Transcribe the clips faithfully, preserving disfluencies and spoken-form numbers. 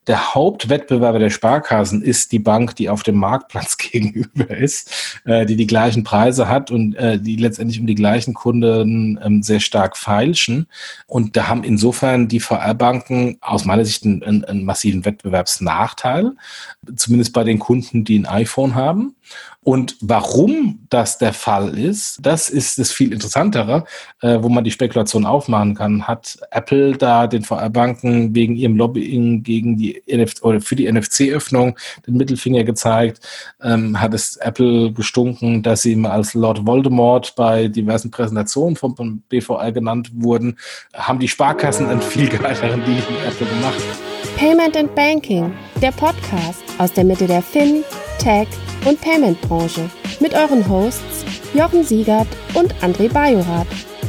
der Hauptwettbewerber der Sparkassen ist die Bank, die auf dem Marktplatz gegenüber ist, äh, die die gleichen Preise hat und äh, die letztendlich um die gleichen Kunden ähm, sehr stark feilschen. Und da haben insofern die V R-Banken aus meiner Sicht einen, einen, einen massiven Wettbewerbsnachteil, zumindest bei den Kunden, die ein iPhone haben. Und warum das der Fall ist, das ist das viel Interessantere, äh, wo man die Spekulation aufmachen kann. Hat Apple da den V R-Banken wegen ihrem Lobbying gegen die N F C oder für die N F C-Öffnung den Mittelfinger gezeigt? Ähm, hat es Apple gestunken, dass sie mal als Lord Voldemort bei diversen Präsentationen vom B V R genannt wurden? Haben die Sparkassen einen viel geileren Deal mit Apple gemacht? Payment and Banking, der Podcast aus der Mitte der Fin-, Tech- und Payment-Branche mit euren Hosts Jochen Siegert und André Bajorath.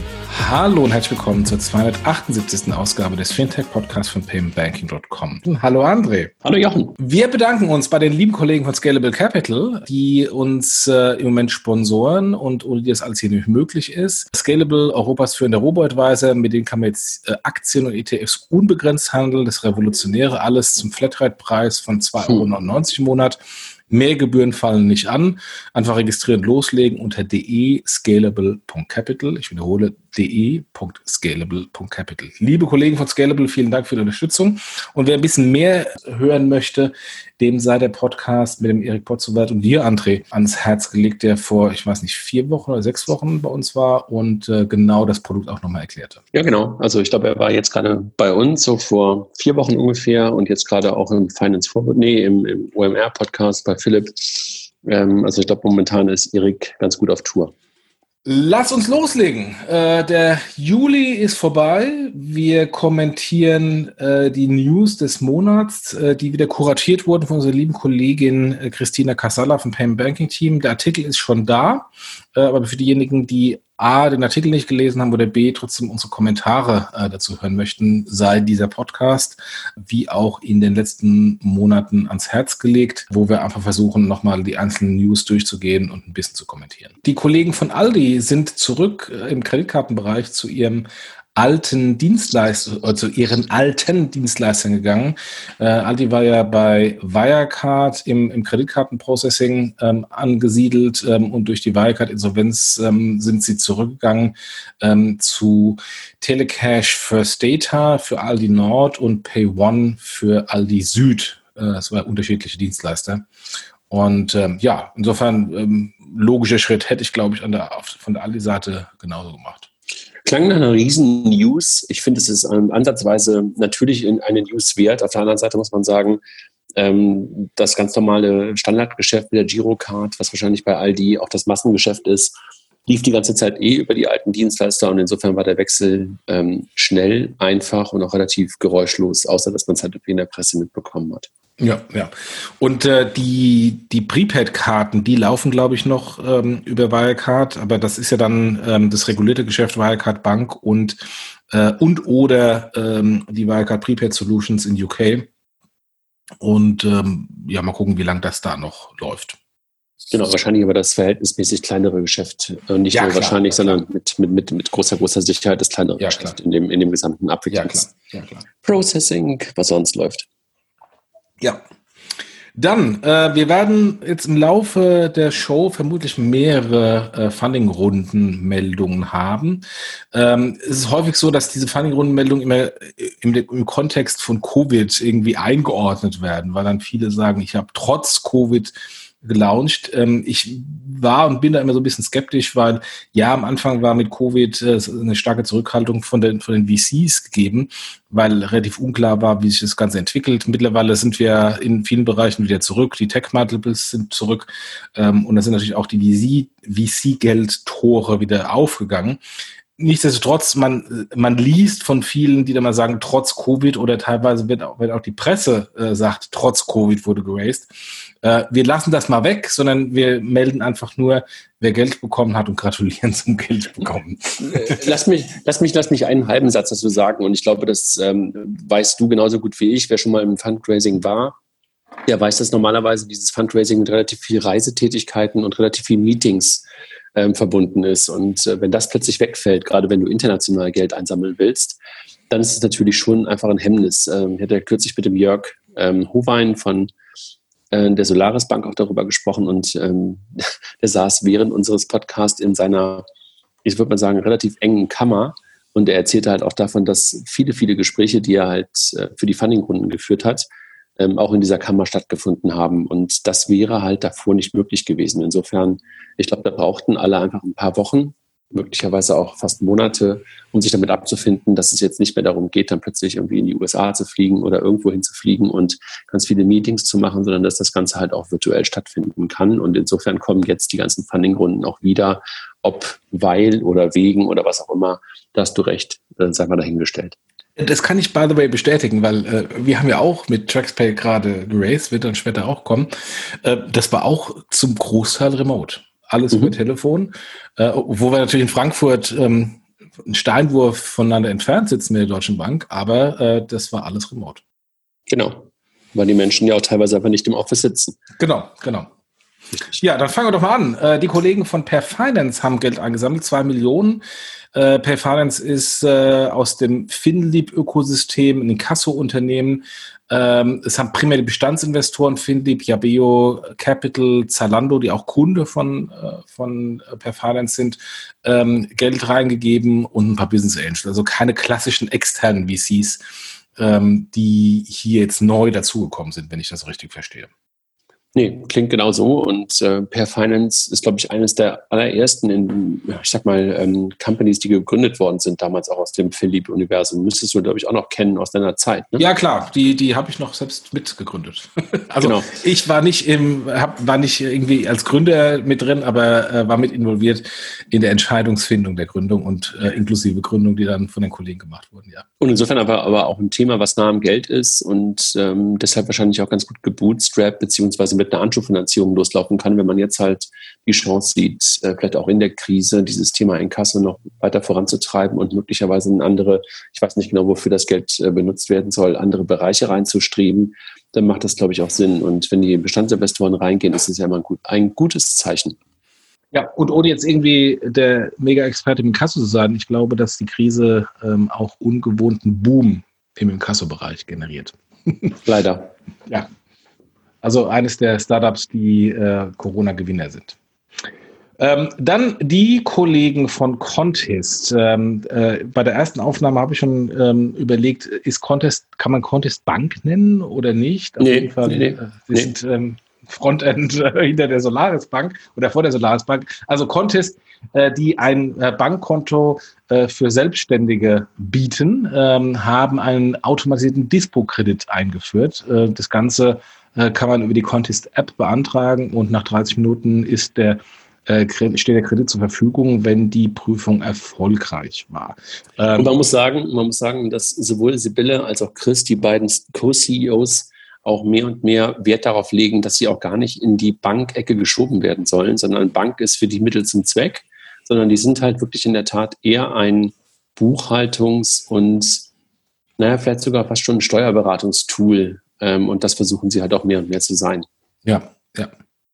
Hallo und herzlich willkommen zur zweihundertachtundsiebzigsten Ausgabe des Fintech-Podcasts von payment banking punkt com. Hallo André. Hallo Jochen. Wir bedanken uns bei den lieben Kollegen von Scalable Capital, die uns äh, im Moment sponsoren und ohne die das alles hier nicht möglich ist. Scalable, Europas führender Robo-Advisor, mit denen kann man jetzt äh, Aktien und E T Fs unbegrenzt handeln. Das Revolutionäre, alles zum Flatrate-Preis von zwei Euro neunundneunzig im Monat. Mehr Gebühren fallen nicht an. Einfach registrieren, loslegen unter de scalable punkt capital. Ich wiederhole, de scalable punkt capital. Liebe Kollegen von Scalable, vielen Dank für die Unterstützung. Und wer ein bisschen mehr hören möchte, dem sei der Podcast mit dem Erik Potzowat und dir, André, ans Herz gelegt, der vor, ich weiß nicht, vier Wochen oder sechs Wochen bei uns war und äh, genau das Produkt auch nochmal erklärte. Ja, genau. Also ich glaube, er war jetzt gerade bei uns, so vor vier Wochen ungefähr und jetzt gerade auch im Finance Forward, nee, im, im O M R-Podcast bei Philipp. Ähm, also ich glaube, momentan ist Erik ganz gut auf Tour. Lass uns loslegen. Äh, der Juli ist vorbei. Wir kommentieren äh, die News des Monats, äh, die wieder kuratiert wurden von unserer lieben Kollegin äh, Christina Casalla vom Payment Banking Team. Der Artikel ist schon da, äh, aber für diejenigen, die A, den Artikel nicht gelesen haben oder B, trotzdem unsere Kommentare äh, dazu hören möchten, sei dieser Podcast wie auch in den letzten Monaten ans Herz gelegt, wo wir einfach versuchen, nochmal die einzelnen News durchzugehen und ein bisschen zu kommentieren. Die Kollegen von Aldi sind zurück äh, im Kreditkartenbereich zu ihrem alten Dienstleister, oder zu ihren alten Dienstleistern gegangen. Äh, Aldi war ja bei Wirecard im, im Kreditkartenprocessing ähm, angesiedelt ähm, und durch die Wirecard-Insolvenz ähm, sind sie zurückgegangen ähm, zu Telecash First Data für Aldi Nord und PayOne für Aldi Süd. Äh, das waren unterschiedliche Dienstleister. Und ähm, ja, insofern ähm, logischer Schritt hätte ich, glaube ich, an der, von der Aldi-Seite genauso gemacht. Klang nach einer riesen News. Ich finde, es ist ähm, ansatzweise natürlich in eine News wert. Auf der anderen Seite muss man sagen, ähm, das ganz normale Standardgeschäft mit der Girocard, was wahrscheinlich bei Aldi auch das Massengeschäft ist, lief die ganze Zeit eh über die alten Dienstleister und insofern war der Wechsel ähm, schnell, einfach und auch relativ geräuschlos, außer dass man es halt in der Presse mitbekommen hat. Ja, ja. Und äh, die, die Prepaid-Karten, die laufen, glaube ich, noch ähm, über Wirecard, aber das ist ja dann ähm, das regulierte Geschäft Wirecard Bank und, äh, und oder ähm, die Wirecard Prepaid Solutions in U K. Und ähm, ja, mal gucken, wie lange das da noch läuft. Genau, wahrscheinlich aber das verhältnismäßig kleinere Geschäft. Äh, nicht ja, nur klar, wahrscheinlich, klar. sondern mit, mit, mit, mit großer, großer Sicherheit das kleinere ja, Geschäft in dem, in dem gesamten Abwicklungs- ja, klar. Ja, klar. Processing, was sonst läuft. Ja, dann, äh, wir werden jetzt im Laufe der Show vermutlich mehrere äh, Funding-Runden-Meldungen haben. Ähm, es ist häufig so, dass diese Funding-Runden-Meldungen immer im, im Kontext von Covid irgendwie eingeordnet werden, weil dann viele sagen, ich habe trotz Covid gelauncht. Ähm, ich war und bin da immer so ein bisschen skeptisch, weil ja, am Anfang war mit Covid äh, eine starke Zurückhaltung von den, von den V Cs gegeben, weil relativ unklar war, wie sich das Ganze entwickelt. Mittlerweile sind wir in vielen Bereichen wieder zurück. Die Tech-Multiples sind zurück ähm, und da sind natürlich auch die V C-Geldtore wieder aufgegangen. Nichtsdestotrotz, man, man liest von vielen, die da mal sagen, trotz Covid oder teilweise wird auch, wird auch die Presse äh, sagt, trotz Covid wurde geraced. Äh, wir lassen das mal weg, sondern wir melden einfach nur, wer Geld bekommen hat und gratulieren zum Geld bekommen. Lass mich, lass mich, lass mich einen halben Satz dazu sagen und ich glaube, das ähm, weißt du genauso gut wie ich, wer schon mal im Fundraising war. Der weiß, dass normalerweise dieses Fundraising mit relativ viel Reisetätigkeiten und relativ viel Meetings ähm, verbunden ist. Und äh, wenn das plötzlich wegfällt, gerade wenn du international Geld einsammeln willst, dann ist es natürlich schon einfach ein Hemmnis. Ähm, ich hatte kürzlich mit dem Jörg ähm, Howein von äh, der Solaris Bank auch darüber gesprochen und ähm, der saß während unseres Podcasts in seiner, ich würde mal sagen, relativ engen Kammer und er erzählte halt auch davon, dass viele, viele Gespräche, die er halt äh, für die Funding-Runden geführt hat, ähm, auch in dieser Kammer stattgefunden haben und das wäre halt davor nicht möglich gewesen. Insofern, ich glaube, da brauchten alle einfach ein paar Wochen, möglicherweise auch fast Monate, um sich damit abzufinden, dass es jetzt nicht mehr darum geht, dann plötzlich irgendwie in die U S A zu fliegen oder irgendwo hin zu fliegen und ganz viele Meetings zu machen, sondern dass das Ganze halt auch virtuell stattfinden kann. Und insofern kommen jetzt die ganzen Funding-Runden auch wieder, ob weil oder wegen oder was auch immer, da hast du recht, das sei mal dahingestellt. Das kann ich, by the way, bestätigen, weil äh, wir haben ja auch mit TraxPay gerade geraced, wird dann später auch kommen. Äh, das war auch zum Großteil remote. Alles mhm. über Telefon, äh, wo wir natürlich in Frankfurt ähm, einen Steinwurf voneinander entfernt sitzen mit der Deutschen Bank, aber äh, das war alles remote. Genau, weil die Menschen ja auch teilweise einfach nicht im Office sitzen. Genau, genau. Ja, dann fangen wir doch mal an. Äh, die Kollegen von PayFinance haben Geld eingesammelt, zwei Millionen. Äh, PayFinance ist äh, aus dem FinLeap-Ökosystem ein Inkasso-Unternehmen. Ähm, es haben primär die Bestandsinvestoren FinLeap, Yabeo Capital, Zalando, die auch Kunde von, äh, von PayFinance sind, ähm, Geld reingegeben und ein paar Business Angels. Also keine klassischen externen V Cs, ähm, die hier jetzt neu dazugekommen sind, wenn ich das richtig verstehe. Nee, klingt genau so und äh, PayFinance ist, glaube ich, eines der allerersten, in, ich sag mal, ähm, Companies, die gegründet worden sind, damals auch aus dem FinLeap-Universum. Müsstest du, glaube ich, auch noch kennen aus deiner Zeit, ne? Ja, klar, die, die habe ich noch selbst mitgegründet. Also genau. Ich war nicht im, hab, war nicht irgendwie als Gründer mit drin, aber äh, war mit involviert in der Entscheidungsfindung der Gründung und äh, inklusive Gründung, die dann von den Kollegen gemacht wurden, ja. Und insofern aber, aber auch ein Thema, was nah am Geld ist und ähm, deshalb wahrscheinlich auch ganz gut gebootstrapped, beziehungsweise mit einer Anschubfinanzierung loslaufen kann, wenn man jetzt halt die Chance sieht, äh, vielleicht auch in der Krise dieses Thema Inkasso noch weiter voranzutreiben und möglicherweise in andere, ich weiß nicht genau, wofür das Geld äh, benutzt werden soll, andere Bereiche reinzustreben, dann macht das, glaube ich, auch Sinn. Und wenn die Bestandsinvestoren reingehen, ist es ja immer ein, gut, ein gutes Zeichen. Ja, und ohne jetzt irgendwie der Mega-Experte im Inkasso zu sein, ich glaube, dass die Krise ähm, auch ungewohnten Boom im Inkasso-Bereich generiert. Leider. Ja. Also eines der Startups, die äh, Corona-Gewinner sind. Ähm, dann die Kollegen von Contest. Ähm, äh, bei der ersten Aufnahme habe ich schon ähm, überlegt, ist Contest, kann man Contest Bank nennen oder nicht? Auf nee, jeden Fall, nee, äh, sie nee. sind ähm, Frontend äh, hinter der Solaris Bank oder vor der Solaris Bank. Also Contest, äh, die ein äh, Bankkonto äh, für Selbstständige bieten, ähm, haben einen automatisierten Dispo-Kredit eingeführt. Äh, das Ganze kann man über die Contest-App beantragen und nach dreißig Minuten ist der, äh, steht der Kredit zur Verfügung, wenn die Prüfung erfolgreich war. Ähm, und man muss sagen, man muss sagen, dass sowohl Sibylle als auch Chris, die beiden Co-C E Os, auch mehr und mehr Wert darauf legen, dass sie auch gar nicht in die Bankecke geschoben werden sollen, sondern Bank ist für die Mittel zum Zweck, sondern die sind halt wirklich in der Tat eher ein Buchhaltungs- und naja, vielleicht sogar fast schon ein Steuerberatungstool. Und das versuchen sie halt auch mehr und mehr zu sein. Ja, ja.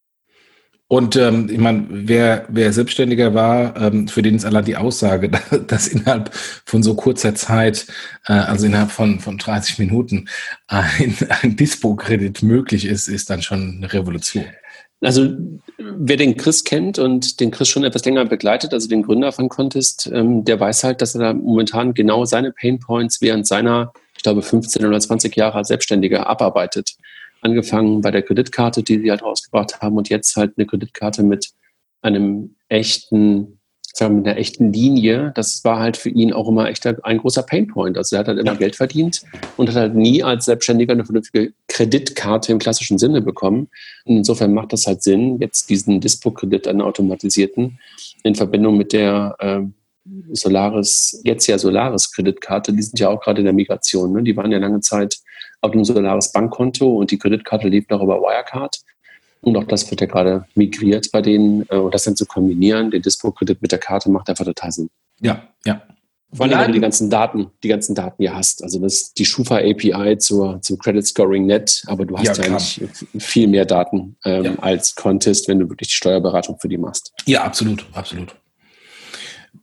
Und ähm, ich meine, wer, wer Selbstständiger war, ähm, für den ist allein die Aussage, dass innerhalb von so kurzer Zeit, äh, also innerhalb von, von dreißig Minuten, ein, ein Dispo-Kredit möglich ist, ist dann schon eine Revolution. Also wer den Chris kennt und den Chris schon etwas länger begleitet, also den Gründer von Contest, ähm, der weiß halt, dass er da momentan genau seine Painpoints während seiner, ich glaube, fünfzehn oder zwanzig Jahre als Selbstständiger abarbeitet. Angefangen bei der Kreditkarte, die sie halt rausgebracht haben und jetzt halt eine Kreditkarte mit einem echten, sagen wir, mit einer echten Linie. Das war halt für ihn auch immer echt ein großer Painpoint. Also er hat halt immer ja. Geld verdient und hat halt nie als Selbstständiger eine vernünftige Kreditkarte im klassischen Sinne bekommen. Und insofern macht das halt Sinn, jetzt diesen Dispo-Kredit, einen automatisierten, in Verbindung mit der äh, Solaris, jetzt ja Solaris-Kreditkarte, die sind ja auch gerade in der Migration. Ne? Die waren ja lange Zeit auf dem Solaris Bankkonto und die Kreditkarte lief noch über Wirecard. Und auch das wird ja gerade migriert bei denen. Und das dann zu kombinieren, den Dispo-Kredit mit der Karte, macht einfach total Sinn. Ja, ja. Vor allem, wenn du die ganzen Daten, die ganzen Daten ja hast. Also das ist die Schufa-A P I zur, zum Credit Scoring Net, aber du hast ja, ja nicht viel mehr Daten ähm, ja. als Contest, wenn du wirklich die Steuerberatung für die machst. Ja, absolut, absolut.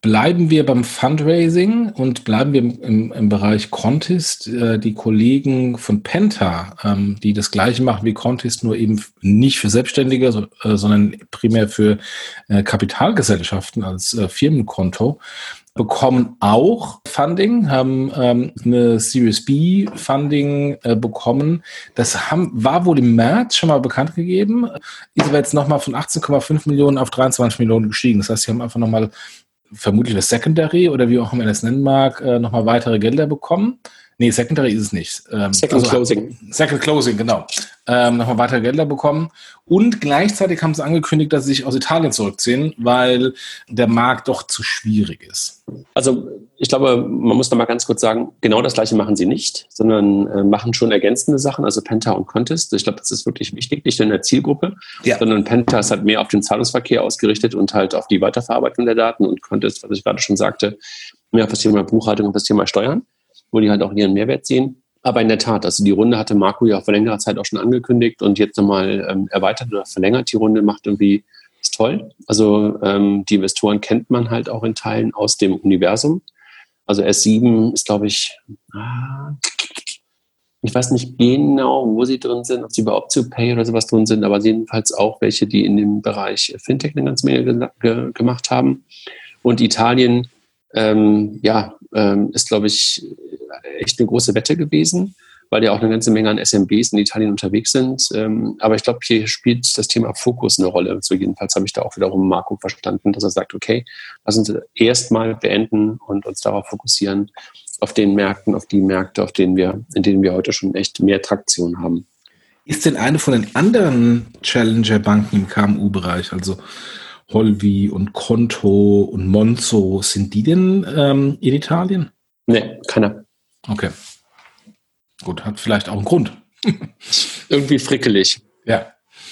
Bleiben wir beim Fundraising und bleiben wir im, im, im Bereich Contest. Äh, die Kollegen von Penta, ähm, die das Gleiche machen wie Contest, nur eben nicht für Selbstständige, so, äh, sondern primär für äh, Kapitalgesellschaften als äh, Firmenkonto, bekommen auch Funding, haben ähm, eine Series B Funding äh, bekommen. Das haben, war wohl im März schon mal bekannt gegeben. Ist aber jetzt nochmal von achtzehn Komma fünf Millionen auf dreiundzwanzig Millionen gestiegen. Das heißt, sie haben einfach nochmal vermutlich das Secondary oder wie auch immer man das nennen mag, äh, nochmal weitere Gelder bekommen. Nee, Secondary ist es nicht. Ähm, Second also, Closing. Second Closing, genau. Ähm, nochmal weitere Gelder bekommen. Und gleichzeitig haben sie angekündigt, dass sie sich aus Italien zurückziehen, weil der Markt doch zu schwierig ist. Also ich glaube, man muss noch mal ganz kurz sagen, genau das Gleiche machen sie nicht, sondern äh, machen schon ergänzende Sachen, also Penta und Contest. Ich glaube, das ist wirklich wichtig, nicht in der Zielgruppe, ja. sondern Penta ist halt mehr auf den Zahlungsverkehr ausgerichtet und halt auf die Weiterverarbeitung der Daten und Contest, was ich gerade schon sagte, mehr auf das Thema Buchhaltung und das Thema Steuern, wo die halt auch ihren Mehrwert sehen. Aber in der Tat, also die Runde hatte Marco ja vor längerer Zeit auch schon angekündigt und jetzt nochmal ähm, erweitert oder verlängert. Die Runde macht irgendwie, ist toll. Also ähm, die Investoren kennt man halt auch in Teilen aus dem Universum. Also S sieben ist, glaube ich, ah, ich weiß nicht genau, wo sie drin sind, ob sie bei OptioPay oder sowas drin sind, aber jedenfalls auch welche, die in dem Bereich Fintech eine ganze Menge ge- ge- gemacht haben. Und Italien, ähm, ja, ähm, ist, glaube ich, echt eine große Wette gewesen, weil ja auch eine ganze Menge an S M Bs in Italien unterwegs sind. Ähm, aber ich glaube, hier spielt das Thema Fokus eine Rolle. So jedenfalls habe ich da auch wiederum Marco verstanden, dass er sagt, okay, lass uns erstmal beenden und uns darauf fokussieren, auf den Märkten, auf die Märkte, auf denen wir, in denen wir heute schon echt mehr Traktion haben. Ist denn eine von den anderen Challenger-Banken im K M U-Bereich, also Holvi und Konto und Monzo, sind die denn ähm, in Italien? Nee, keiner. Okay. Gut, hat vielleicht auch einen Grund. Irgendwie frickelig. Ja.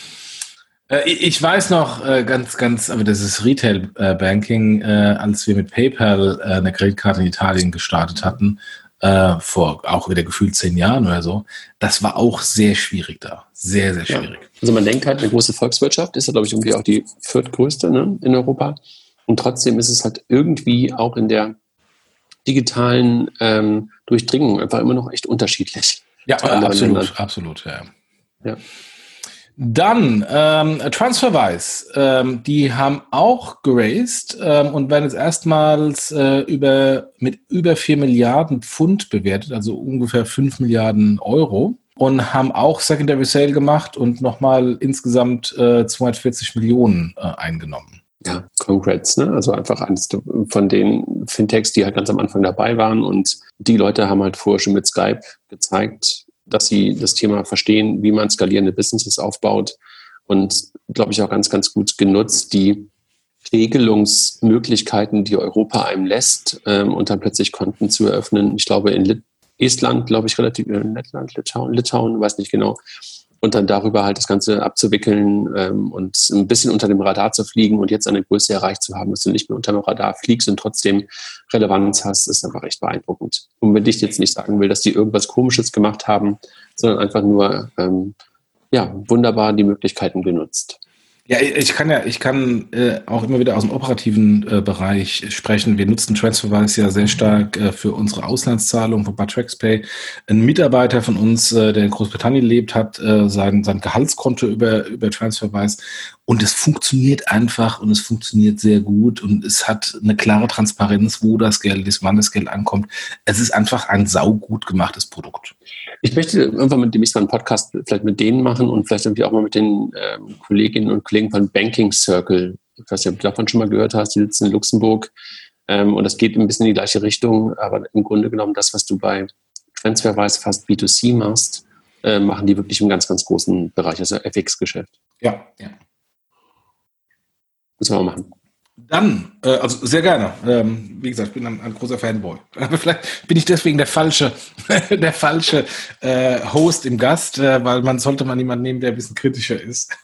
Äh, ich weiß noch äh, ganz, ganz, aber das ist Retail-Banking, äh, als wir mit PayPal äh, eine Kreditkarte in Italien gestartet hatten, äh, vor auch wieder gefühlt zehn Jahren oder so. Das war auch sehr schwierig da. Sehr, sehr schwierig. Ja. Also man denkt halt, eine große Volkswirtschaft ist ja, glaube ich, irgendwie auch die viertgrößte, ne, in Europa. Und trotzdem ist es halt irgendwie auch in der digitalen ähm, Durchdringung einfach immer noch echt unterschiedlich. Ja, absolut, Ländern. absolut, ja. ja. Dann ähm, TransferWise, ähm, die haben auch geraced ähm, und werden jetzt erstmals äh, über mit über vier Milliarden Pfund bewertet, also ungefähr fünf Milliarden Euro, und haben auch Secondary Sale gemacht und nochmal insgesamt äh, zweihundertvierzig Millionen äh, eingenommen. Ja, congrats, ne? Also einfach eines von den Fintechs, die halt ganz am Anfang dabei waren, und die Leute haben halt vorher schon mit Skype gezeigt, dass sie das Thema verstehen, wie man skalierende Businesses aufbaut, und, glaube ich, auch ganz, ganz gut genutzt, die Regelungsmöglichkeiten, die Europa einem lässt, ähm, und dann plötzlich Konten zu eröffnen. Ich glaube, in Lit- Estland, glaube ich, relativ, äh, Lettland, Litauen, Litauen, weiß nicht genau. Und dann darüber halt das Ganze abzuwickeln ähm, und ein bisschen unter dem Radar zu fliegen und jetzt eine Größe erreicht zu haben, dass du nicht mehr unter dem Radar fliegst und trotzdem Relevanz hast, ist einfach recht beeindruckend. Und wenn ich jetzt nicht sagen will, dass die irgendwas Komisches gemacht haben, sondern einfach nur ähm, ja, wunderbar die Möglichkeiten genutzt. Ja, ich kann ja, ich kann äh, auch immer wieder aus dem operativen äh, Bereich sprechen. Wir nutzen TransferWise ja sehr stark äh, für unsere Auslandszahlungen von TraxPay. Ein Mitarbeiter von uns, äh, der in Großbritannien lebt, hat äh, sein, sein Gehaltskonto über, über TransferWise, und es funktioniert einfach und es funktioniert sehr gut und es hat eine klare Transparenz, wo das Geld ist, wann das Geld ankommt. Es ist einfach ein saugut gemachtes Produkt. Ich möchte irgendwann mit demnächst mal einen Podcast vielleicht mit denen machen und vielleicht irgendwie auch mal mit den ähm, Kolleginnen und Kollegen von Banking Circle. Ich weiß nicht, ob du davon schon mal gehört hast, die sitzen in Luxemburg, ähm, und das geht ein bisschen in die gleiche Richtung, aber im Grunde genommen das, was du bei TransferWise fast B zwei C machst, äh, machen die wirklich im ganz, ganz großen Bereich, also F X-Geschäft. Ja, ja. Müssen wir auch machen. Dann, äh, also sehr gerne. Ähm, wie gesagt, ich bin ein, ein großer Fanboy. Aber vielleicht bin ich deswegen der falsche, der falsche äh, Host im Gast, äh, weil man sollte mal jemanden nehmen, der ein bisschen kritischer ist.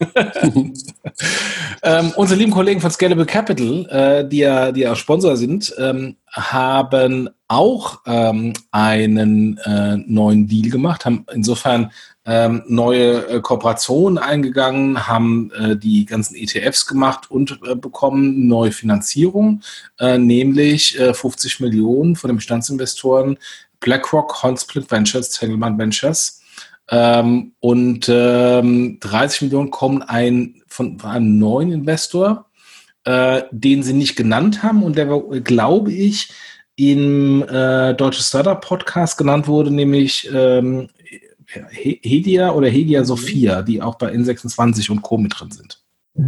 ähm, unsere lieben Kollegen von Scalable Capital, äh, die ja, die ja auch Sponsor sind, ähm, haben auch ähm, einen äh, neuen Deal gemacht, haben insofern ähm, neue äh, Kooperationen eingegangen, haben äh, die ganzen E T Fs gemacht und äh, bekommen neue Finanzierung, äh, nämlich äh, fünfzig Millionen von den Bestandsinvestoren BlackRock, Hornsplit Ventures, Tengelmann Ventures ähm, und ähm, dreißig Millionen kommen ein, von, von einem neuen Investor, äh, den sie nicht genannt haben und der, glaube ich, im äh, Deutsche Startup Podcast genannt wurde, nämlich ähm, Hedia oder Hedia Sophia, die auch bei N sechsundzwanzig und Co. mit drin sind.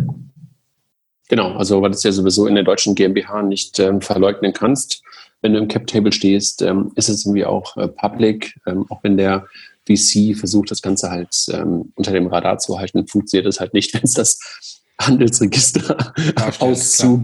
Genau, also weil du es ja sowieso in der deutschen GmbH nicht ähm, verleugnen kannst. Wenn du im Cap-Table stehst, ähm, ist es irgendwie auch äh, public, ähm, auch wenn der V C versucht, das Ganze halt ähm, unter dem Radar zu halten, funktioniert es halt nicht, wenn es das Handelsregister-Auszug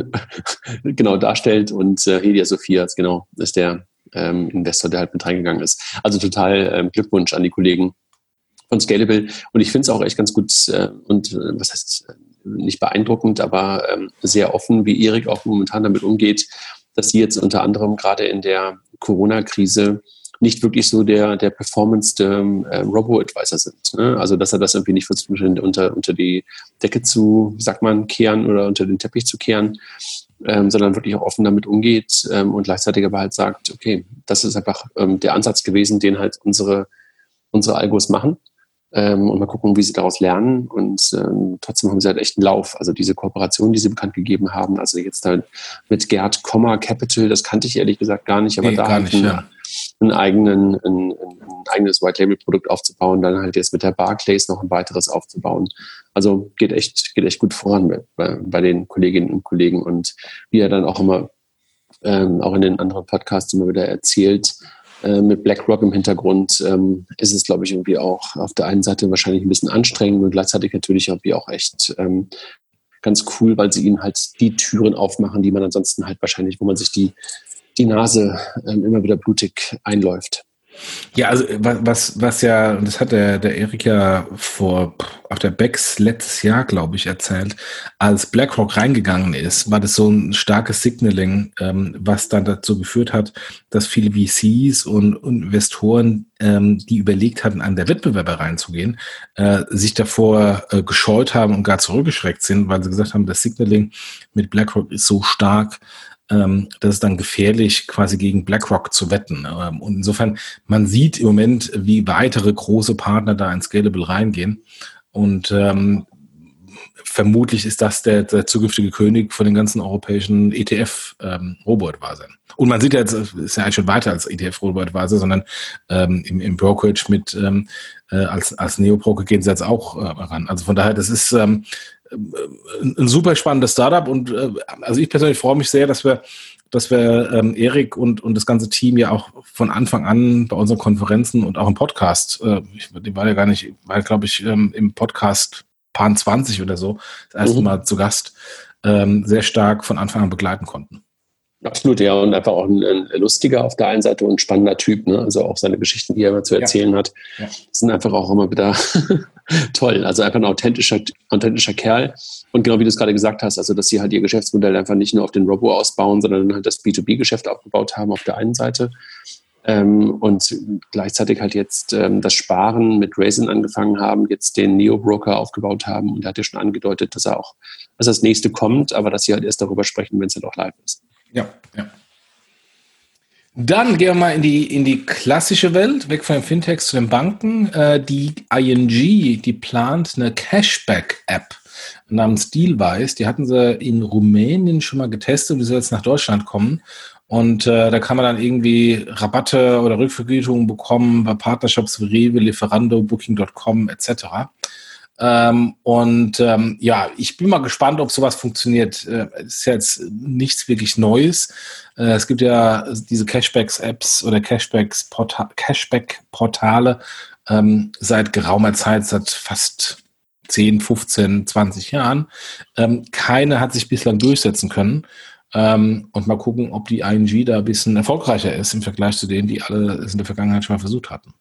genau darstellt und äh, Hedia Sophia genau ist der ähm, Investor, der halt mit reingegangen ist. Also total ähm, Glückwunsch an die Kollegen von Scalable und ich finde es auch echt ganz gut äh, und äh, was heißt äh, nicht beeindruckend, aber ähm, sehr offen, wie Erik auch momentan damit umgeht, dass sie jetzt unter anderem gerade in der Corona-Krise nicht wirklich so der, der performance äh, Robo-Advisor sind. Ne? Also, dass er das irgendwie nicht versucht, unter, unter die Decke zu, wie sagt man, kehren oder unter den Teppich zu kehren, ähm, sondern wirklich auch offen damit umgeht ähm, und gleichzeitig aber halt sagt, okay, das ist einfach ähm, der Ansatz gewesen, den halt unsere, unsere Algos machen. Ähm, und mal gucken, wie sie daraus lernen. Und ähm, trotzdem haben sie halt echt einen Lauf. Also diese Kooperation, die sie bekannt gegeben haben, also jetzt halt mit Gerd Komma Capital, das kannte ich ehrlich gesagt gar nicht, aber nee, da gar nicht, nicht, ja. einen eigenen, ein, ein eigenes White-Label-Produkt aufzubauen, dann halt jetzt mit der Barclays noch ein weiteres aufzubauen. Also geht echt, geht echt gut voran bei, bei den Kolleginnen und Kollegen. Und wie er dann auch immer, ähm, auch in den anderen Podcasts immer wieder erzählt, äh, mit BlackRock im Hintergrund, ähm, ist es, glaube ich, irgendwie auch auf der einen Seite wahrscheinlich ein bisschen anstrengend und gleichzeitig natürlich irgendwie auch echt ähm, ganz cool, weil sie ihnen halt die Türen aufmachen, die man ansonsten halt wahrscheinlich, wo man sich die die Nase ähm, immer wieder blutig einläuft. Ja, also was, was ja, und das hat der, der Erik ja vor, auf der Bex letztes Jahr, glaube ich, erzählt, als BlackRock reingegangen ist, war das so ein starkes Signaling, ähm, was dann dazu geführt hat, dass viele V Cs und, und Investoren, ähm, die überlegt hatten, an der Wettbewerber reinzugehen, äh, sich davor äh, gescheut haben und gar zurückgeschreckt sind, weil sie gesagt haben, das Signaling mit BlackRock ist so stark, das ist dann gefährlich, quasi gegen BlackRock zu wetten. Und insofern, man sieht im Moment, wie weitere große Partner da in Scalable reingehen. Und ähm, vermutlich ist das der, der zukünftige König von den ganzen europäischen E T F-Robo-Advisern. Ähm, Und man sieht ja jetzt, ist ja eigentlich schon weiter als E T F-Robo-Advisor, sondern ähm, im, im Brokerage mit, ähm, äh, als, als Neo-Broker gehen sie jetzt auch äh, ran. Also von daher, das ist ähm, ein super spannendes Startup und äh, also ich persönlich freue mich sehr, dass wir, dass wir ähm, Erik und, und das ganze Team ja auch von Anfang an bei unseren Konferenzen und auch im Podcast, äh, ich, die war ja gar nicht, war glaube ich ähm, im Podcast Pan zwanzig oder so, das erste mhm. Mal zu Gast, ähm, sehr stark von Anfang an begleiten konnten. Absolut, ja, und einfach auch ein, ein lustiger auf der einen Seite und spannender Typ, ne? Also auch seine Geschichten, die er immer zu erzählen ja. hat, ja. sind einfach auch immer wieder toll. Also einfach ein authentischer, authentischer Kerl. Und genau wie du es gerade gesagt hast, also dass sie halt ihr Geschäftsmodell einfach nicht nur auf den Robo ausbauen, sondern halt das B zwei B-Geschäft aufgebaut haben auf der einen Seite. Ähm, und gleichzeitig halt jetzt ähm, das Sparen mit Raisin angefangen haben, jetzt den Neo-Broker aufgebaut haben. Und er hat ja schon angedeutet, dass er auch, dass das nächste kommt, aber dass sie halt erst darüber sprechen, wenn es halt auch live ist. Ja, ja. Dann gehen wir mal in die, in die klassische Welt, weg von den Fintechs zu den Banken. Äh, die I N G, die plant eine Cashback-App namens Dealwise. Die hatten sie in Rumänien schon mal getestet und die soll jetzt nach Deutschland kommen. Und äh, da kann man dann irgendwie Rabatte oder Rückvergütungen bekommen bei Partnershops wie Rewe, Lieferando, Booking Punkt com et cetera. Ähm, und ähm, ja, ich bin mal gespannt, ob sowas funktioniert. Äh, es ist ja jetzt nichts wirklich Neues. Äh, es gibt ja diese Cashbacks-Apps oder Cashbacks-Porta- Cashback-Portale ähm, seit geraumer Zeit, seit fast zehn, fünfzehn, zwanzig Jahren. Ähm, keine hat sich bislang durchsetzen können. Ähm, und mal gucken, ob die I N G da ein bisschen erfolgreicher ist im Vergleich zu denen, die alle es in der Vergangenheit schon mal versucht hatten.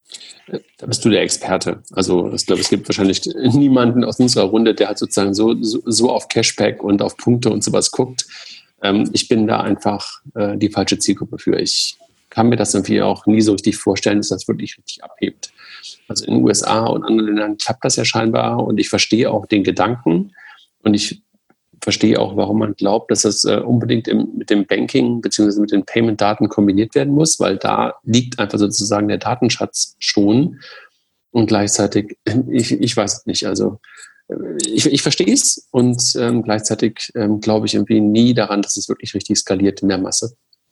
Da bist du der Experte. Also ich glaube, es gibt wahrscheinlich niemanden aus unserer Runde, der halt sozusagen so, so, so auf Cashback und auf Punkte und sowas guckt. Ähm, ich bin da einfach äh, die falsche Zielgruppe für. Ich kann mir das irgendwie auch nie so richtig vorstellen, dass das wirklich richtig abhebt. Also in den U S A und anderen Ländern klappt das ja scheinbar und ich verstehe auch den Gedanken und ich verstehe auch, warum man glaubt, dass das äh, unbedingt im, mit dem Banking bzw. mit den Payment-Daten kombiniert werden muss, weil da liegt einfach sozusagen der Datenschatz schon und gleichzeitig, ich, ich weiß es nicht, also ich, ich verstehe es und ähm, gleichzeitig ähm, glaube ich irgendwie nie daran, dass es wirklich richtig skaliert in der Masse.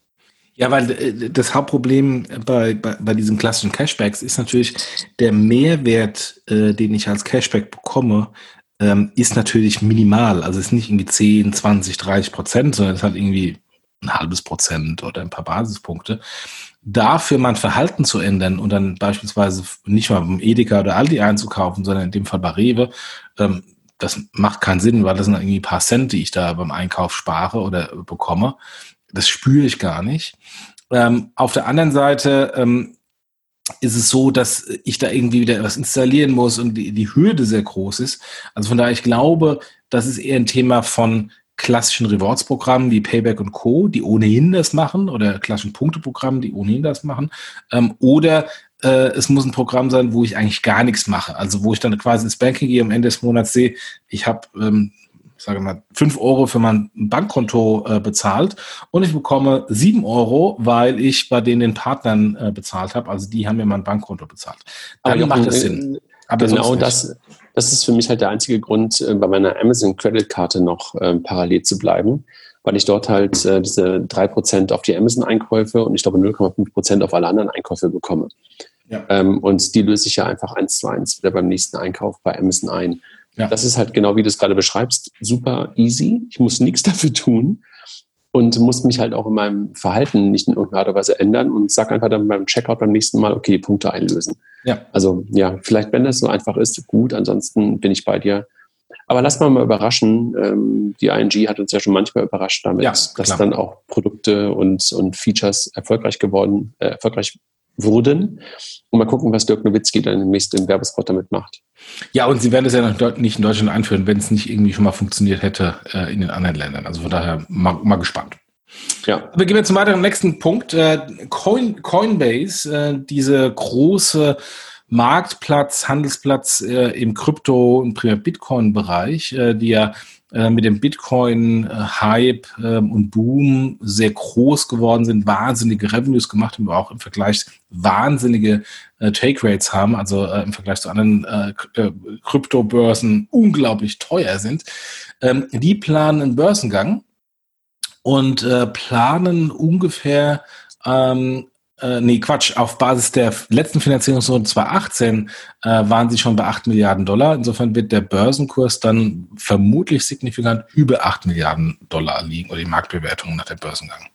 Ja, weil äh, das Hauptproblem bei, bei, bei diesen klassischen Cashbacks ist natürlich der Mehrwert, äh, den ich als Cashback bekomme, ähm, ist natürlich minimal. Also es ist nicht irgendwie zehn, zwanzig, dreißig Prozent, sondern es hat irgendwie ein halbes Prozent oder ein paar Basispunkte. Dafür mein Verhalten zu ändern und dann beispielsweise nicht mal beim Edeka oder Aldi einzukaufen, sondern in dem Fall bei Rewe, ähm, das macht keinen Sinn, weil das sind irgendwie ein paar Cent, die ich da beim Einkauf spare oder bekomme. Das spüre ich gar nicht. Ähm, auf der anderen Seite ähm, ist es so, dass ich da irgendwie wieder was installieren muss und die, die Hürde sehr groß ist. Also von daher, ich glaube, das ist eher ein Thema von klassischen Rewards-Programmen wie Payback und Co., die ohnehin das machen, oder klassischen Punkteprogrammen, die ohnehin das machen. Ähm, oder äh, es muss ein Programm sein, wo ich eigentlich gar nichts mache. Also wo ich dann quasi ins Banking gehe, am Ende des Monats sehe, ich habe ähm, sage mal, fünf Euro für mein Bankkonto äh, bezahlt und ich bekomme sieben Euro, weil ich bei denen den Partnern äh, bezahlt habe. Also die haben mir mein Bankkonto bezahlt. Dann Aber macht das Sinn. Aber genau das, das ist für mich halt der einzige Grund, äh, bei meiner Amazon-Kreditkarte noch äh, parallel zu bleiben, weil ich dort halt äh, diese drei Prozent auf die Amazon-Einkäufe und ich glaube null Komma fünf Prozent auf alle anderen Einkäufe bekomme. Ja. Ähm, und die löse ich ja einfach eins zu eins wieder beim nächsten Einkauf bei Amazon ein. Ja. Das ist halt genau, wie du es gerade beschreibst, super easy. Ich muss nichts dafür tun und muss mich halt auch in meinem Verhalten nicht in irgendeiner Art und Weise ändern und sag einfach dann beim Checkout beim nächsten Mal, okay, die Punkte einlösen. Ja. Also ja, vielleicht, wenn das so einfach ist, gut, ansonsten bin ich bei dir. Aber lass mal mal überraschen. Ähm, die I N G hat uns ja schon manchmal überrascht damit, ja, dass dann auch Produkte und, und Features erfolgreich geworden, äh, erfolgreich wurden. Und mal gucken, was Dirk Nowitzki dann demnächst im Werbespot damit macht. Ja, und sie werden es ja noch nicht in Deutschland einführen, wenn es nicht irgendwie schon mal funktioniert hätte äh, in den anderen Ländern. Also von daher mal, mal gespannt. Ja. Wir gehen jetzt zum weiteren nächsten Punkt. Äh, Coin, Coinbase, äh, diese große Marktplatz, Handelsplatz äh, im Krypto- und primär Bitcoin-Bereich, äh, die ja äh, mit dem Bitcoin-Hype äh, und Boom sehr groß geworden sind, wahnsinnige Revenues gemacht haben, aber auch im Vergleich wahnsinnige äh, Take-Rates haben, also äh, im Vergleich zu anderen äh, Kryptobörsen unglaublich teuer sind. Ähm, die planen einen Börsengang und äh, planen ungefähr ähm, Äh, nee, Quatsch. Auf Basis der letzten Finanzierungsrunde zwanzig achtzehn äh, waren sie schon bei acht Milliarden Dollar. Insofern wird der Börsenkurs dann vermutlich signifikant über acht Milliarden Dollar liegen oder die Marktbewertung nach dem Börsengang.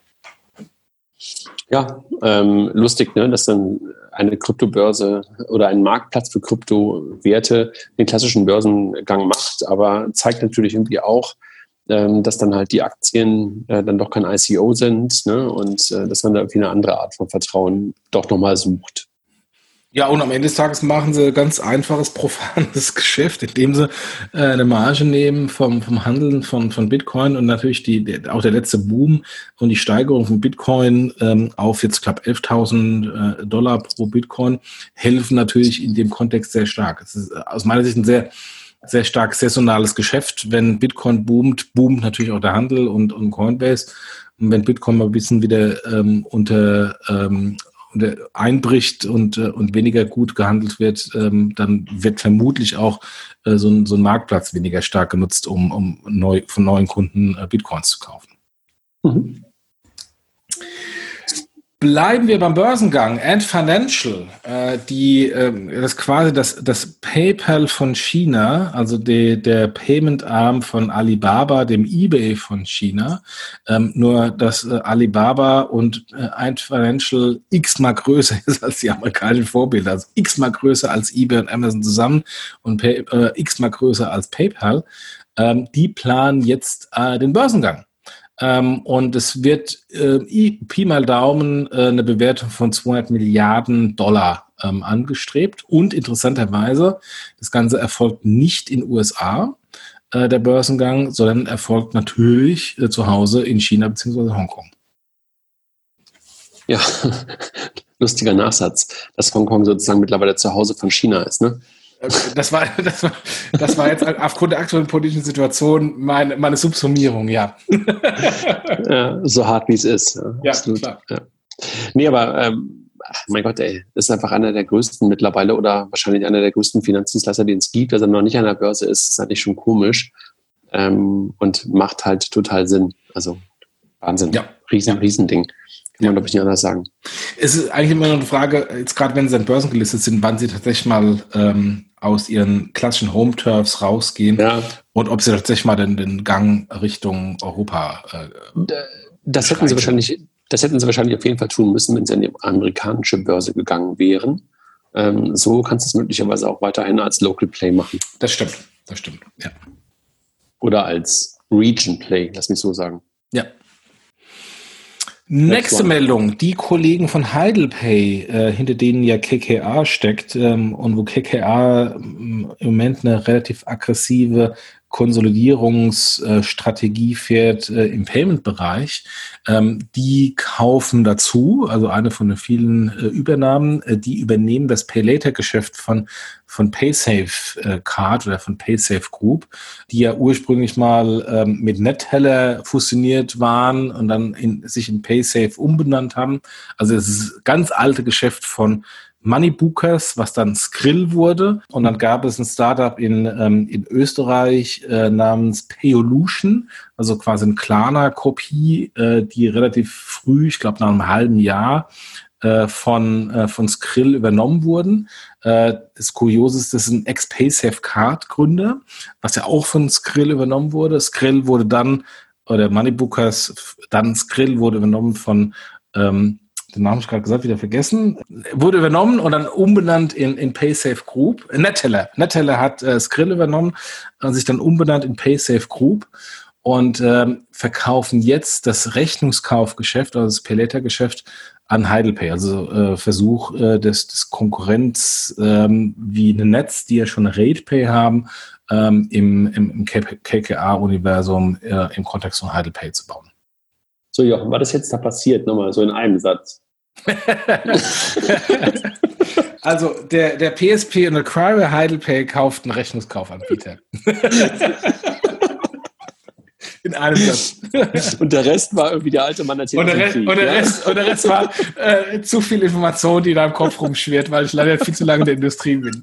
Ja, ähm, lustig, ne, dass dann eine Kryptobörse oder ein Marktplatz für Kryptowerte den klassischen Börsengang macht, aber zeigt natürlich irgendwie auch, dass dann halt die Aktien äh, dann doch kein I C O sind, ne? Und äh, dass man da irgendwie eine andere Art von Vertrauen doch nochmal sucht. Ja, und am Ende des Tages machen sie ganz einfaches, profanes Geschäft, indem sie äh, eine Marge nehmen vom, vom Handeln von, von Bitcoin und natürlich die, der, auch der letzte Boom und die Steigerung von Bitcoin ähm, auf jetzt knapp elftausend äh, Dollar pro Bitcoin helfen natürlich in dem Kontext sehr stark. Es ist aus meiner Sicht ein sehr sehr stark saisonales Geschäft. Wenn Bitcoin boomt, boomt natürlich auch der Handel und, und Coinbase. Und wenn Bitcoin mal ein bisschen wieder ähm, unter, ähm, unter einbricht und, äh, und weniger gut gehandelt wird, ähm, dann wird vermutlich auch äh, so, ein, so ein Marktplatz weniger stark genutzt, um, um neu, von neuen Kunden äh, Bitcoins zu kaufen. Mhm. Bleiben wir beim Börsengang. Ant Financial, äh, die äh, das quasi das das PayPal von China, also die, der Payment-Arm von Alibaba, dem eBay von China. Ähm, nur dass äh, Alibaba und äh, Ant Financial x-mal größer ist als die amerikanischen Vorbilder, also x-mal größer als eBay und Amazon zusammen und Pay, äh, x-mal größer als PayPal. Ähm, die planen jetzt äh, den Börsengang. Ähm, und es wird äh, Pi mal Daumen äh, eine Bewertung von zweihundert Milliarden Dollar ähm, angestrebt. Und interessanterweise, das Ganze erfolgt nicht in den U S A, äh, der Börsengang, sondern erfolgt natürlich äh, zu Hause in China bzw. Hongkong. Ja, lustiger Nachsatz, dass Hongkong sozusagen mittlerweile zu Hause von China ist, ne? Das war, das war, das war jetzt aufgrund der aktuellen politischen Situation meine, meine Subsumierung, ja. Ja, so hart wie es ist. Ja, ja absolut. Klar. Ja. Nee, aber ähm, mein Gott, ey, das ist einfach einer der größten mittlerweile oder wahrscheinlich einer der größten Finanzdienstleister, den es gibt. Dass er noch nicht an der Börse ist, ist eigentlich schon komisch ähm, und macht halt total Sinn. Also Wahnsinn. Ja. Riesen, Riesending. Kann man, glaube ich, nicht anders sagen. Es ist eigentlich immer noch eine Frage, jetzt gerade wenn sie an Börsen gelistet sind, wann sie tatsächlich mal ähm, aus ihren klassischen Home-Turfs rausgehen ja. und ob sie tatsächlich mal den, den Gang Richtung Europa äh, das hätten sie wahrscheinlich, das hätten sie wahrscheinlich auf jeden Fall tun müssen, wenn sie an die amerikanische Börse gegangen wären. Ähm, so kannst du es möglicherweise auch weiterhin als Local Play machen. Das stimmt, das stimmt, ja. Oder als Region Play, lass mich so sagen. Ja. Nächste Meldung, die Kollegen von HeidelPay, äh, hinter denen ja K K R steckt ähm, und wo K K R ähm, im Moment eine relativ aggressive Konsolidierungsstrategie äh, fährt äh, im Payment-Bereich, ähm, die kaufen dazu, also eine von den vielen äh, Übernahmen, äh, die übernehmen das Pay-Later-Geschäft von von PaySafe äh, Card oder von PaySafe Group, die ja ursprünglich mal ähm, mit NetTeller fusioniert waren und dann in, sich in PaySafe umbenannt haben. Also es ist das ganz alte Geschäft von Moneybookers, was dann Skrill wurde. Und dann gab es ein Startup in, ähm, in Österreich äh, namens Payolution, also quasi eine Klarna-Kopie, äh, die relativ früh, ich glaube nach einem halben Jahr, äh, von, äh, von Skrill übernommen wurden. Äh, das Kuriose ist, das ist ein Ex-PaySafe-Card-Gründer, was ja auch von Skrill übernommen wurde. Skrill wurde dann, oder Moneybookers, dann Skrill wurde übernommen von ähm, den Namen habe ich gerade gesagt, wieder vergessen, wurde übernommen und dann umbenannt in, in PaySafe Group. NetTeller. NetTeller hat äh, Skrill übernommen und sich dann umbenannt in PaySafe Group und ähm, verkaufen jetzt das Rechnungskaufgeschäft, also das Pay-Later-Geschäft an HeidelPay. Also äh, Versuch äh, des, des Konkurrenz ähm, wie eine Netz, die ja schon eine RatePay haben, ähm, im, im, im K K R-Universum äh, im Kontext von HeidelPay zu bauen. So, Jochen, was ist jetzt da passiert? Nochmal so in einem Satz. Also der, der P S P und Acquire HeidelPay kauft einen Rechnungskaufanbieter. In einem Satz. Und der Rest war irgendwie der alte Mann erzählt. Und der, Rest, und der, Rest, und der Rest war äh, zu viel Information, die da im Kopf rumschwirrt, weil ich leider viel zu lange in der Industrie bin.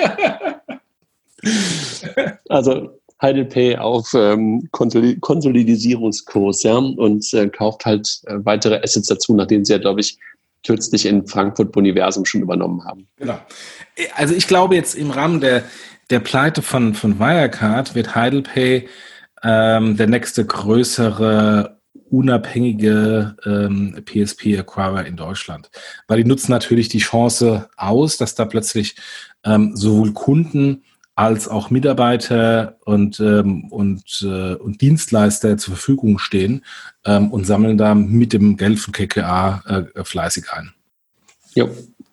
Also HeidelPay auf ähm, Konsolidierungskurs, ja, und äh, kauft halt äh, weitere Assets dazu, nachdem sie ja, glaube ich, kürzlich in Frankfurt Boniversum schon übernommen haben. Genau. Also ich glaube jetzt im Rahmen der, der Pleite von, von Wirecard wird HeidelPay ähm, der nächste größere unabhängige ähm, P S P-Acquirer in Deutschland. Weil die nutzen natürlich die Chance aus, dass da plötzlich ähm, sowohl Kunden als auch Mitarbeiter und, ähm, und, äh, und Dienstleister zur Verfügung stehen ähm, und sammeln da mit dem Geld von K K R äh, fleißig ein. Jo.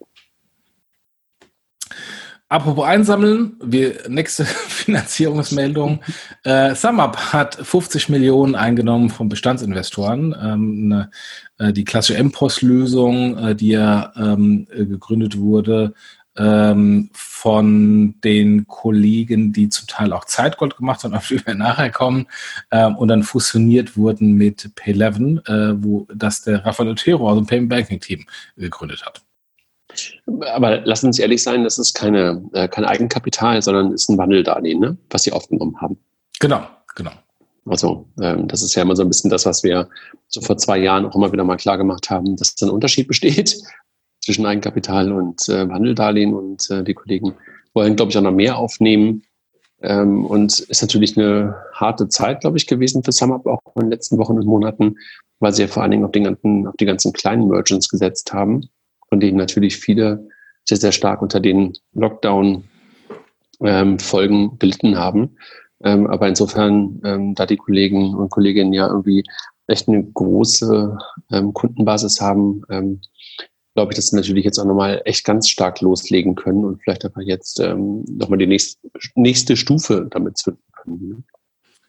Apropos einsammeln, wir, nächste Finanzierungsmeldung. Äh, SumUp hat fünfzig Millionen eingenommen von Bestandsinvestoren. Ähm, ne, äh, die klassische M P O S-Lösung, äh, die ja ähm, gegründet wurde, ähm, von den Kollegen, die zum Teil auch Zeitgold gemacht haben, auf die wir nachher kommen, ähm, und dann fusioniert wurden mit Pay elf, äh, wo das der Rafael Otero aus dem Payment Banking Team gegründet hat. Aber lassen uns ehrlich sein, das ist keine, äh, kein Eigenkapital, sondern ist ein Wandeldarlehen, ne? Was sie aufgenommen haben. Genau, genau. Also ähm, das ist ja immer so ein bisschen das, was wir so vor zwei Jahren auch immer wieder mal klar gemacht haben, dass ein Unterschied besteht zwischen Eigenkapital und äh, Wandeldarlehen, und äh, die Kollegen wollen, glaube ich, auch noch mehr aufnehmen. Ähm, und ist natürlich eine harte Zeit, glaube ich, gewesen für SumUp auch in den letzten Wochen und Monaten, weil sie ja vor allen Dingen auf, den ganzen, auf die ganzen kleinen Merchants gesetzt haben, von denen natürlich viele sehr, sehr stark unter den Lockdown-Folgen ähm, gelitten haben. Ähm, aber insofern, ähm, da die Kollegen und Kolleginnen ja irgendwie echt eine große ähm, Kundenbasis haben, ähm, glaube ich, dass sie natürlich jetzt auch nochmal echt ganz stark loslegen können und vielleicht einfach jetzt ähm, nochmal die nächste, nächste Stufe damit zünden können.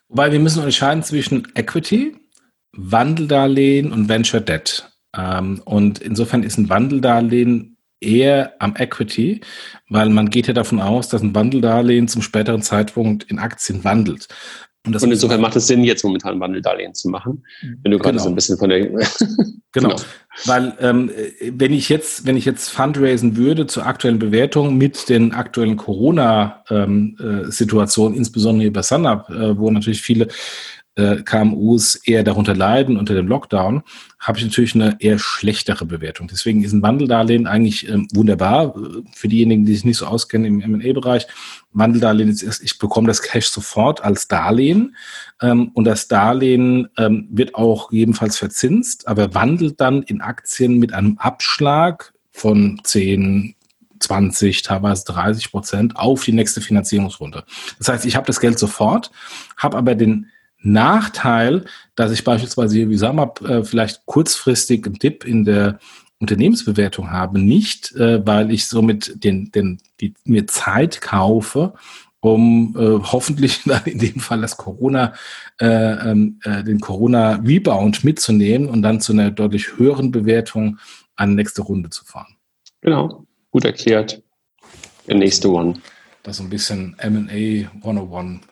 Wobei wir müssen unterscheiden zwischen Equity, Wandeldarlehen und Venture Debt. Ähm, und insofern ist ein Wandeldarlehen eher am Equity, weil man geht ja davon aus, dass ein Wandeldarlehen zum späteren Zeitpunkt in Aktien wandelt. Und, das und insofern macht es Sinn, jetzt momentan ein Wandeldarlehen zu machen, wenn du gerade genau. so ein bisschen von der... genau. genau, weil ähm, wenn ich jetzt wenn ich jetzt fundraisen würde zur aktuellen Bewertung mit den aktuellen Corona-Situationen, ähm, äh, insbesondere über SunUp, äh, wo natürlich viele äh, K M Us eher darunter leiden unter dem Lockdown, habe ich natürlich eine eher schlechtere Bewertung. Deswegen ist ein Wandeldarlehen eigentlich ähm, wunderbar für diejenigen, die sich nicht so auskennen im M und A-Bereich. Wandeldarlehen ist, ich bekomme das Cash sofort als Darlehen ähm, und das Darlehen ähm, wird auch jedenfalls verzinst, aber wandelt dann in Aktien mit einem Abschlag von zehn, zwanzig, teilweise dreißig Prozent auf die nächste Finanzierungsrunde. Das heißt, ich habe das Geld sofort, habe aber den Nachteil, dass ich beispielsweise hier wie SunUp äh, vielleicht kurzfristig einen Dip in der Unternehmensbewertung habe, nicht, äh, weil ich somit den, den, die, mir Zeit kaufe, um äh, hoffentlich dann in dem Fall das Corona, äh, äh, den Corona-Rebound mitzunehmen und dann zu einer deutlich höheren Bewertung an die nächste Runde zu fahren. Genau, gut erklärt. Der nächste One. Das ist so ein bisschen M und A hundertundeins.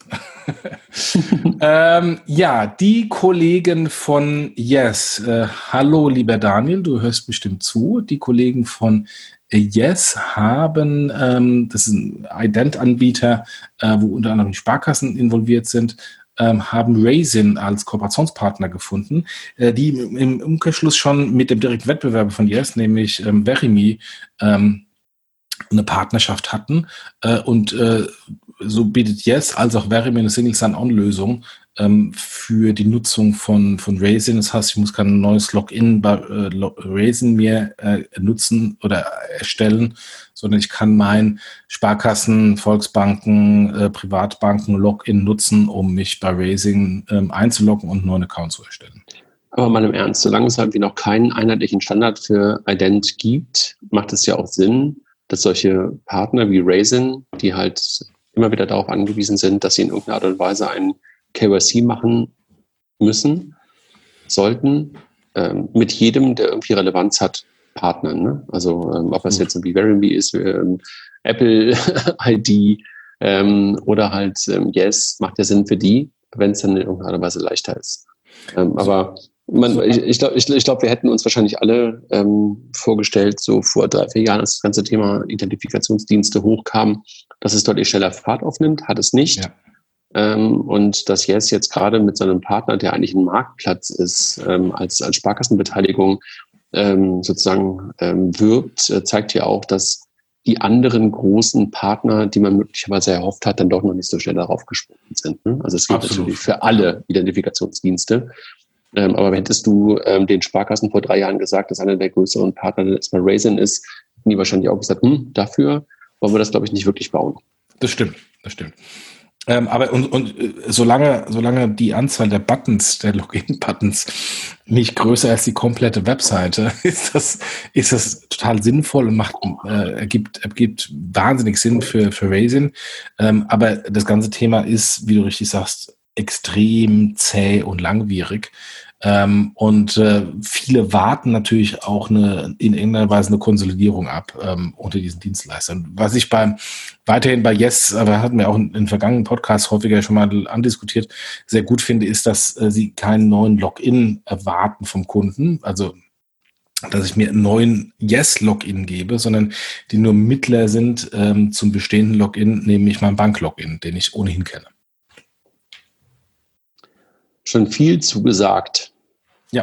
ähm, ja, die Kollegen von Yes. Äh, hallo, lieber Daniel, du hörst bestimmt zu. Die Kollegen von Yes haben, ähm, das ist ein Ident-Anbieter, äh, wo unter anderem die Sparkassen involviert sind, ähm, haben Raisin als Kooperationspartner gefunden, äh, die im Umkehrschluss schon mit dem direkten Wettbewerber von Yes, nämlich ähm, Verimi, ähm, eine Partnerschaft hatten äh, und äh, so bietet Yes als auch Verimi eine Single Sign-On-Lösung ähm, für die Nutzung von, von Raisin. Das heißt, ich muss kein neues Login bei äh, Raisin mehr äh, nutzen oder erstellen, sondern ich kann mein Sparkassen, Volksbanken, äh, Privatbanken Login nutzen, um mich bei Raisin ähm, einzuloggen und einen neuen Account zu erstellen. Aber mal im Ernst, solange es halt wie noch keinen einheitlichen Standard für Ident gibt, macht es ja auch Sinn, dass solche Partner wie Raisin, die halt immer wieder darauf angewiesen sind, dass sie in irgendeiner Art und Weise ein K Y C machen müssen, sollten, ähm, mit jedem, der irgendwie Relevanz hat, partnern. Ne? Also ähm, ob das jetzt irgendwie Verimi ist, ähm, Apple I D ähm, oder halt ähm, Yes, macht ja Sinn für die, wenn es dann in irgendeiner Art und Weise leichter ist. Ähm, aber Man, ich ich glaube, ich, ich glaub, wir hätten uns wahrscheinlich alle ähm, vorgestellt, so vor drei, vier Jahren, als das ganze Thema Identifikationsdienste hochkam, dass es deutlich schneller Fahrt aufnimmt, hat es nicht. Ja. Ähm, und dass Yes jetzt gerade mit so einem Partner, der eigentlich ein Marktplatz ist, ähm, als, als Sparkassenbeteiligung ähm, sozusagen ähm, wirbt, äh, zeigt ja auch, dass die anderen großen Partner, die man möglicherweise erhofft hat, dann doch noch nicht so schnell darauf gesprungen sind. Ne? Also es gilt Absolut. Natürlich für alle Identifikationsdienste. Ähm, aber hättest du ähm, den Sparkassen vor drei Jahren gesagt, dass einer der größeren Partner erstmal Raisin ist, hätten die wahrscheinlich auch gesagt, hm, dafür wollen wir das, glaube ich, nicht wirklich bauen. Das stimmt, das stimmt. Ähm, aber und, und äh, solange, solange die Anzahl der Buttons, der Login-Buttons nicht größer als die komplette Webseite, ist das, ist das total sinnvoll und macht, äh, ergibt, ergibt wahnsinnig Sinn für, für Raisin. Ähm, aber das ganze Thema ist, wie du richtig sagst, extrem zäh und langwierig. Ähm, und äh, viele warten natürlich auch eine, in irgendeiner Weise eine Konsolidierung ab ähm, unter diesen Dienstleistern. Was ich beim weiterhin bei Yes, aber hatten wir auch in, in vergangenen Podcasts häufiger schon mal andiskutiert, sehr gut finde, ist, dass äh, sie keinen neuen Login erwarten vom Kunden. Also dass ich mir einen neuen Yes-Login gebe, sondern die nur Mittler sind ähm, zum bestehenden Login, nämlich mein Bank-Login, den ich ohnehin kenne. Schon viel zugesagt. Ja.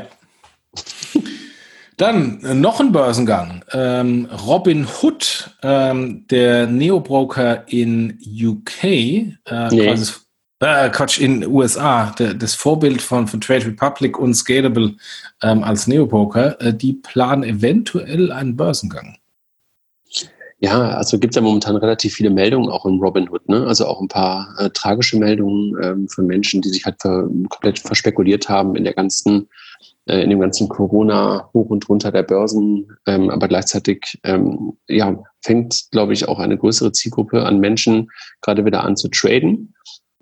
Dann äh, noch ein Börsengang. Ähm, Robinhood, ähm, der Neo-Broker in U K, äh, nee. quasi, äh, Quatsch, in U S A, der, das Vorbild von, von Trade Republic und Scalable ähm, als Neo-Broker, äh, die planen eventuell einen Börsengang. Ja, also gibt es ja momentan relativ viele Meldungen auch in Robinhood, ne? Also auch ein paar äh, tragische Meldungen ähm, von Menschen, die sich halt ver, komplett verspekuliert haben in der ganzen, äh, in dem ganzen Corona hoch und runter der Börsen. Ähm, aber gleichzeitig ähm, ja, fängt, glaube ich, auch eine größere Zielgruppe an Menschen gerade wieder an zu traden.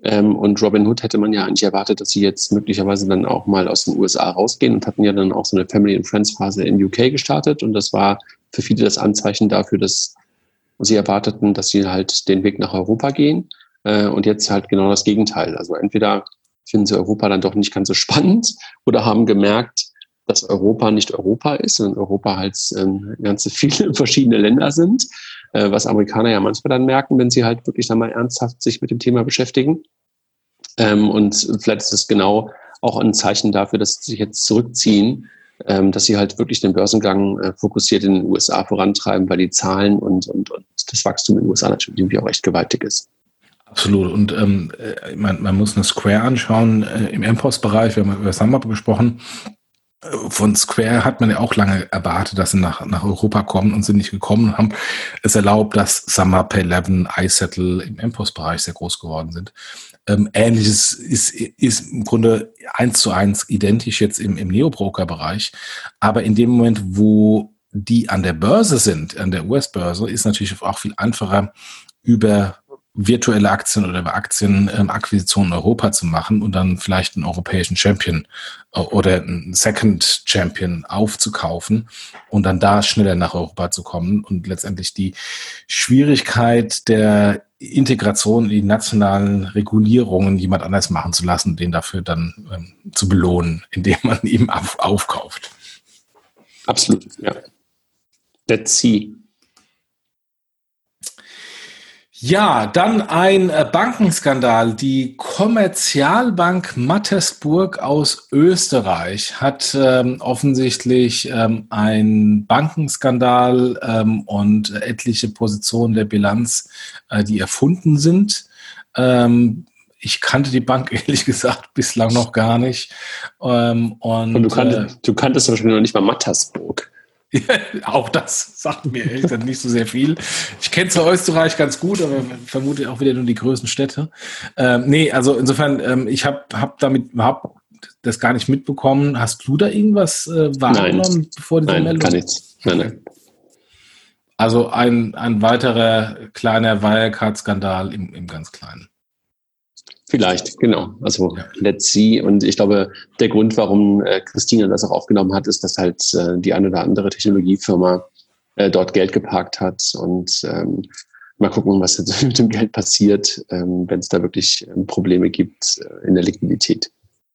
Ähm, und Robinhood hätte man ja eigentlich erwartet, dass sie jetzt möglicherweise dann auch mal aus den U S A rausgehen und hatten ja dann auch so eine Family and Friends Phase in U K gestartet. Und das war für viele das Anzeichen dafür, dass sie erwarteten, dass sie halt den Weg nach Europa gehen. Äh, und jetzt halt genau das Gegenteil. Also entweder finden sie Europa dann doch nicht ganz so spannend oder haben gemerkt, dass Europa nicht Europa ist, sondern Europa halt ähm, ganze viele verschiedene Länder sind, äh, was Amerikaner ja manchmal dann merken, wenn sie halt wirklich dann mal ernsthaft sich mit dem Thema beschäftigen. Ähm, und vielleicht ist es genau auch ein Zeichen dafür, dass sie sich jetzt zurückziehen, ähm, dass sie halt wirklich den Börsengang äh, fokussiert in den U S A vorantreiben, weil die Zahlen und, und, und das Wachstum in den U S A natürlich irgendwie auch recht gewaltig ist. Absolut. Und ähm, man, man muss eine Square anschauen äh, im M P O S-Bereich. Wir haben über SumUp gesprochen. Von Square hat man ja auch lange erwartet, dass sie nach, nach Europa kommen und sind nicht gekommen und haben es erlaubt, dass SumUp, Payleven, iSettle im M P O S-Bereich sehr groß geworden sind. Ähm, Ähnliches ist, ist im Grunde eins zu eins identisch jetzt im, im Neo-Broker-Bereich. Aber in dem Moment, wo die an der Börse sind, an der U S-Börse, ist natürlich auch viel einfacher, über virtuelle Aktien oder über Aktienakquisitionen in Europa zu machen und dann vielleicht einen europäischen Champion oder einen Second Champion aufzukaufen und dann da schneller nach Europa zu kommen und letztendlich die Schwierigkeit der Integration in die nationalen Regulierungen jemand anders machen zu lassen, den dafür dann ähm, zu belohnen, indem man ihn auf, aufkauft. Absolut, ja. Let's see. Ja, dann ein Bankenskandal. Die Kommerzialbank Mattersburg aus Österreich hat ähm, offensichtlich ähm, einen Bankenskandal ähm, und etliche Positionen der Bilanz, äh, die erfunden sind. Ähm, ich kannte die Bank ehrlich gesagt bislang noch gar nicht. Ähm, und, und du, kanntest, äh, du kanntest wahrscheinlich noch nicht mal Mattersburg. Auch das sagt mir ehrlich gesagt nicht so sehr viel. Ich kenne zwar Österreich ganz gut, aber vermute auch wieder nur die größten Städte. Ähm, nee, also insofern, ähm, ich habe hab damit überhaupt das gar nicht mitbekommen. Hast du da irgendwas äh, wahrgenommen, nein. bevor diese nein, Meldung? Nein, gar nichts. Nein, nein. Also ein, ein weiterer kleiner Wirecard-Skandal im, im ganz Kleinen. Vielleicht, genau. Also ja. Let's see. Und ich glaube, der Grund, warum äh, Christina das auch aufgenommen hat, ist, dass halt äh, die eine oder andere Technologiefirma äh, dort Geld geparkt hat. Und ähm, mal gucken, was jetzt mit dem Geld passiert, ähm, wenn es da wirklich ähm, Probleme gibt äh, in der Liquidität.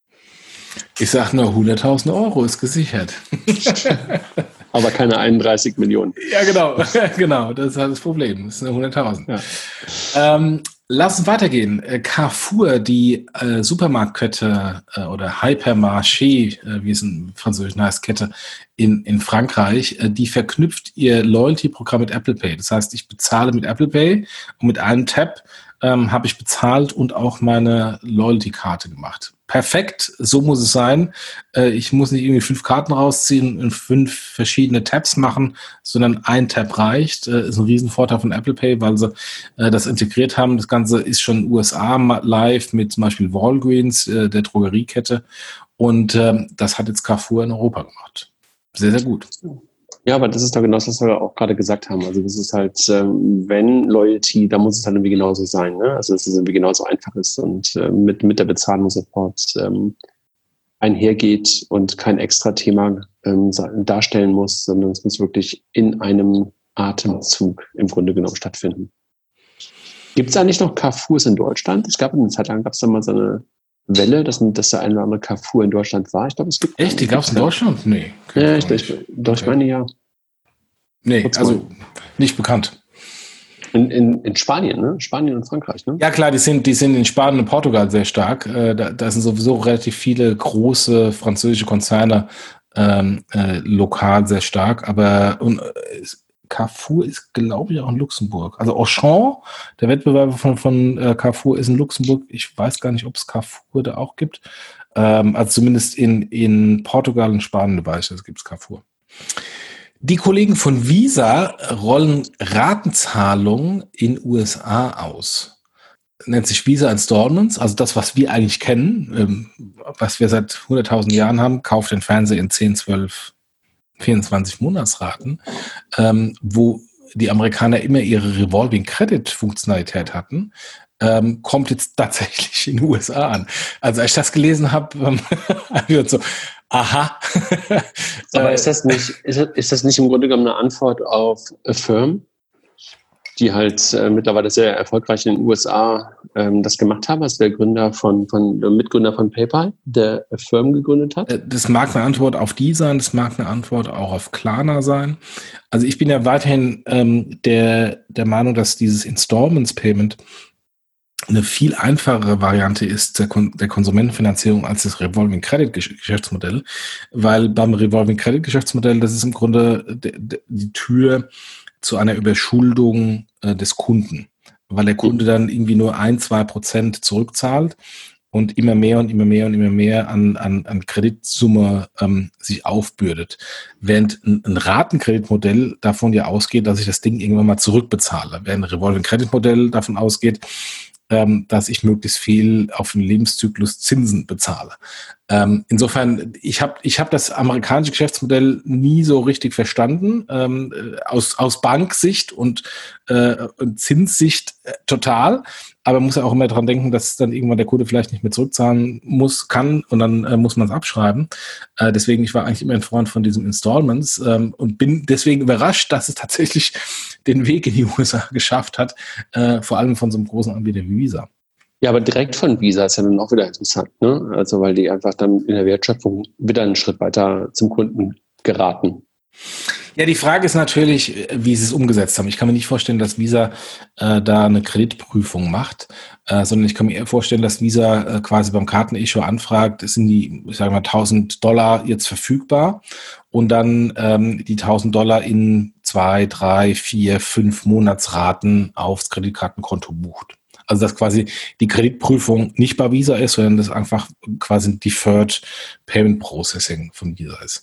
Ich sage nur, hunderttausend Euro ist gesichert. Aber keine einunddreißig Millionen. Ja, genau. Genau, das ist halt das Problem. Das sind hunderttausend. Ja. Ähm, Lass uns weitergehen. Carrefour, die äh, Supermarktkette äh, oder Hypermarché, äh, wie es in Französischen heißt, Kette in, in Frankreich, äh, die verknüpft ihr Loyalty-Programm mit Apple Pay. Das heißt, ich bezahle mit Apple Pay und mit einem Tab ähm, habe ich bezahlt und auch meine Loyalty-Karte gemacht. Perfekt, so muss es sein. Äh, ich muss nicht irgendwie fünf Karten rausziehen und fünf verschiedene Tabs machen, sondern ein Tab reicht. Äh, ist ein Riesenvorteil von Apple Pay, weil sie äh, das integriert haben. Das Ganze ist schon in den U S A live mit zum Beispiel Walgreens, äh, der Drogeriekette. Und ähm, das hat jetzt Carrefour in Europa gemacht. Sehr, sehr gut. Ja, aber das ist doch genau das, was wir auch gerade gesagt haben. Also das ist halt, ähm, wenn Loyalty, da muss es halt irgendwie genauso sein. Ne? Also dass es irgendwie genauso einfach ist und äh, mit, mit der Bezahlung sofort ähm, einhergeht und kein extra Thema ähm, darstellen muss, sondern es muss wirklich in einem Atemzug im Grunde genommen stattfinden. Gibt es eigentlich noch Carrefours in Deutschland? Es gab eine Zeit lang, gab es da mal so eine Welle, dass, dass der eine oder andere Carrefour in Deutschland war. Ich glaube, es gibt... Echt? Die gab es in Deutschland? Nee. Ja, ich, ich, doch, ich meine ja. Nee, also nicht bekannt. In, in, in Spanien, ne? Spanien und Frankreich, ne? Ja klar, die sind, die sind in Spanien und Portugal sehr stark. Äh, da, da sind sowieso relativ viele große französische Konzerne ähm, äh, lokal sehr stark. Aber und, äh, Carrefour ist, glaube ich, auch in Luxemburg. Also Auchan, der Wettbewerber von, von äh, Carrefour, ist in Luxemburg. Ich weiß gar nicht, ob es Carrefour da auch gibt. Ähm, also zumindest in, in Portugal und Spanien weiß ich, es gibt Carrefour. Die Kollegen von Visa rollen Ratenzahlungen in U S A aus. Nennt sich Visa Installments, also das, was wir eigentlich kennen, ähm, was wir seit hunderttausend Jahren haben, kauft den Fernseher in zehn, zwölf, vierundzwanzig Monatsraten, ähm, wo die Amerikaner immer ihre Revolving Credit Funktionalität hatten, ähm, kommt jetzt tatsächlich in den U S A an. Also als ich das gelesen habe, ähm, habe ich so, aha. Aber ist das nicht, ist, ist das nicht im Grunde genommen eine Antwort auf Affirm, die halt äh, mittlerweile sehr erfolgreich in den U S A ähm, das gemacht haben, als der Gründer von, von der Mitgründer von PayPal, der Affirm gegründet hat? Das mag eine Antwort auf die sein, das mag eine Antwort auch auf Klarna sein. Also ich bin ja weiterhin ähm, der, der Meinung, dass dieses Installments Payment eine viel einfachere Variante ist der, Kon- der Konsumentenfinanzierung als das Revolving Credit Geschäftsmodell, weil beim Revolving Credit Geschäftsmodell, das ist im Grunde de, de, die Tür zu einer Überschuldung äh, des Kunden, weil der Kunde dann irgendwie nur ein, zwei Prozent zurückzahlt und immer mehr und immer mehr und immer mehr an, an, an Kreditsumme ähm, sich aufbürdet. Während ein, ein Ratenkreditmodell davon ja ausgeht, dass ich das Ding irgendwann mal zurückbezahle. Während ein Revolving Credit-Modell davon ausgeht, ähm, dass ich möglichst viel auf den Lebenszyklus Zinsen bezahle. Ähm, insofern, ich habe ich hab das amerikanische Geschäftsmodell nie so richtig verstanden, ähm, aus, aus Banksicht und, äh, und Zinssicht äh, total. Aber man muss ja auch immer dran denken, dass dann irgendwann der Kunde vielleicht nicht mehr zurückzahlen muss, kann und dann äh, muss man es abschreiben. Äh, deswegen, ich war eigentlich immer ein Freund von diesem Installments ähm, und bin deswegen überrascht, dass es tatsächlich den Weg in die U S A geschafft hat, äh, vor allem von so einem großen Anbieter wie Visa. Ja, aber direkt von Visa ist ja dann auch wieder interessant, ne? Also weil die einfach dann in der Wertschöpfung wieder einen Schritt weiter zum Kunden geraten. Ja, die Frage ist natürlich, wie sie es umgesetzt haben. Ich kann mir nicht vorstellen, dass Visa äh, da eine Kreditprüfung macht, äh, sondern ich kann mir eher vorstellen, dass Visa äh, quasi beim Kartenissuer anfragt, sind die, ich sage mal, tausend Dollar jetzt verfügbar und dann ähm, die tausend Dollar in zwei, drei, vier, fünf Monatsraten aufs Kreditkartenkonto bucht. Also dass quasi die Kreditprüfung nicht bei Visa ist, sondern das einfach quasi ein Deferred Payment Processing von Visa ist.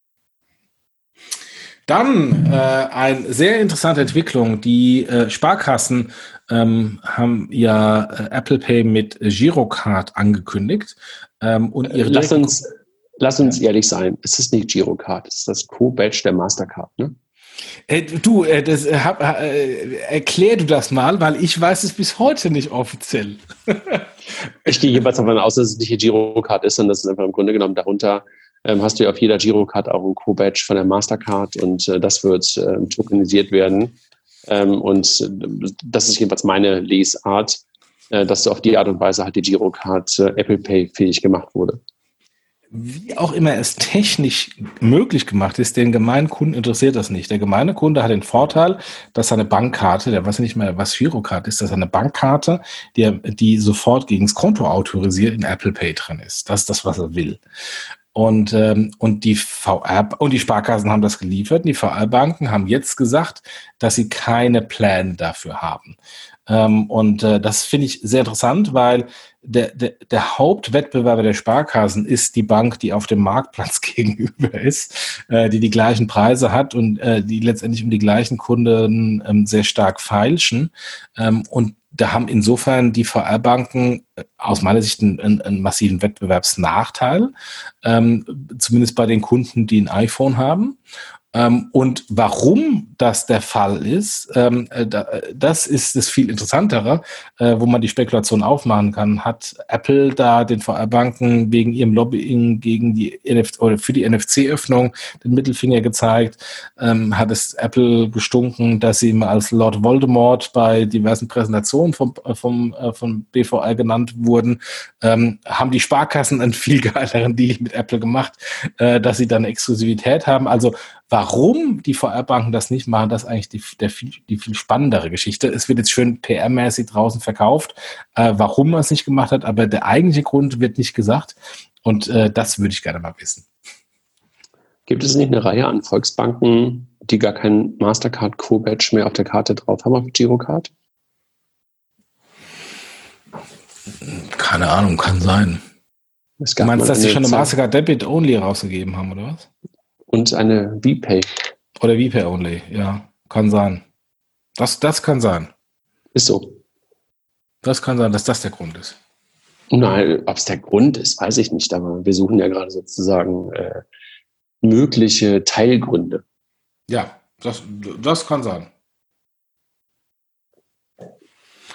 Dann äh, eine sehr interessante Entwicklung. Die äh, Sparkassen ähm, haben ja äh, Apple Pay mit Girocard angekündigt. Ähm, und ihre lass uns, lass uns ehrlich sein, es ist nicht Girocard, es ist das Co-Badge der Mastercard, ne? Äh, du, äh, das, äh, hab, äh, erklär du das mal, weil ich weiß es bis heute nicht offiziell. Ich gehe jeweils davon aus, dass es nicht die Girocard ist, sondern das ist einfach im Grunde genommen darunter ähm, hast du ja auf jeder Girocard auch ein Co-Badge von der Mastercard und äh, das wird ähm, tokenisiert werden. Ähm, und äh, das ist jedenfalls meine Lesart, äh, dass auf die Art und Weise halt die Girocard äh, Apple Pay fähig gemacht wurde. Wie auch immer es technisch möglich gemacht ist, den gemeinen Kunden interessiert das nicht. Der gemeine Kunde hat den Vorteil, dass seine Bankkarte, der weiß nicht mehr, was Girocard ist, dass eine Bankkarte, die, die sofort gegen das Konto autorisiert, in Apple Pay drin ist. Das ist das, was er will. Und, ähm, und die V R und die Sparkassen haben das geliefert. Die V R-Banken haben jetzt gesagt, dass sie keine Pläne dafür haben. Ähm, und äh, das finde ich sehr interessant, weil der, der, der Hauptwettbewerber der Sparkassen ist die Bank, die auf dem Marktplatz gegenüber ist, äh, die die gleichen Preise hat und äh, die letztendlich um die gleichen Kunden ähm, sehr stark feilschen. Ähm, und da haben insofern die V R-Banken aus meiner Sicht einen, einen, einen massiven Wettbewerbsnachteil, ähm, zumindest bei den Kunden, die ein iPhone haben. Ähm, und warum das der Fall ist, ähm, da, das ist das viel Interessantere, äh, wo man die Spekulation aufmachen kann. Hat Apple da den V R-Banken wegen ihrem Lobbying gegen die N F C oder für die N F C-Öffnung den Mittelfinger gezeigt? Ähm, hat es Apple gestunken, dass sie immer als Lord Voldemort bei diversen Präsentationen vom, vom, äh, vom B V R genannt wurden? Ähm, haben die Sparkassen einen viel geileren Deal mit Apple gemacht, äh, dass sie dann eine Exklusivität haben? Also warum die V R-Banken das nicht machen, das ist eigentlich die, der viel, die viel spannendere Geschichte. Es wird jetzt schön P R-mäßig draußen verkauft, äh, warum man es nicht gemacht hat, aber der eigentliche Grund wird nicht gesagt und äh, das würde ich gerne mal wissen. Gibt es nicht eine Reihe an Volksbanken, die gar kein Mastercard Co-Badge mehr auf der Karte drauf haben, auf Girocard? Keine Ahnung, kann sein. Es gab du meinst, dass sie schon eine Zeit Mastercard Debit Only rausgegeben haben, oder was? Und eine VPay. Oder VPay Only, ja. Kann sein. Das, das kann sein. Ist so. Das kann sein, dass das der Grund ist. Nein, ob es der Grund ist, weiß ich nicht. Aber wir suchen ja gerade sozusagen äh, mögliche Teilgründe. Ja, das, das kann sein.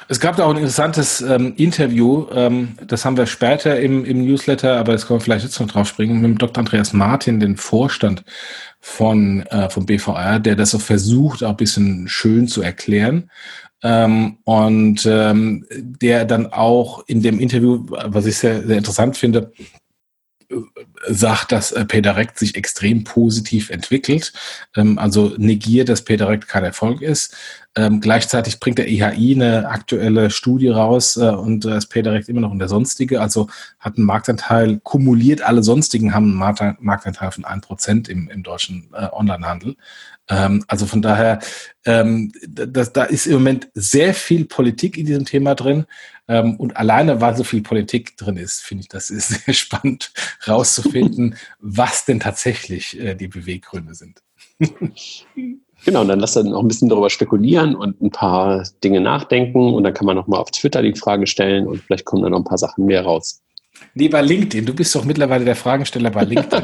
Es gab da auch ein interessantes ähm, Interview, ähm, das haben wir später im, im Newsletter, aber das können wir vielleicht jetzt noch drauf springen, mit dem Doktor Andreas Martin, den Vorstand von, äh, vom B V R, der das so versucht, auch ein bisschen schön zu erklären. Ähm, und ähm, der dann auch in dem Interview, was ich sehr, sehr interessant finde, sagt, dass äh, PayDirect sich extrem positiv entwickelt, ähm, also negiert, dass PayDirect kein Erfolg ist. Ähm, gleichzeitig bringt der I H I eine aktuelle Studie raus äh, und äh, ist PayDirect immer noch in der Sonstige, also hat einen Marktanteil, kumuliert alle Sonstigen haben einen Markt- Marktanteil von ein Prozent im, im deutschen äh, Onlinehandel. Ähm, also von daher, ähm, das, da ist im Moment sehr viel Politik in diesem Thema drin. Ähm, und alleine, weil so viel Politik drin ist, finde ich, das ist sehr spannend rauszufinden, was denn tatsächlich äh, die Beweggründe sind. Genau, und dann lass dann auch ein bisschen darüber spekulieren und ein paar Dinge nachdenken und dann kann man nochmal auf Twitter die Frage stellen und vielleicht kommen dann noch ein paar Sachen mehr raus. Nee, bei LinkedIn. Du bist doch mittlerweile der Fragensteller bei LinkedIn.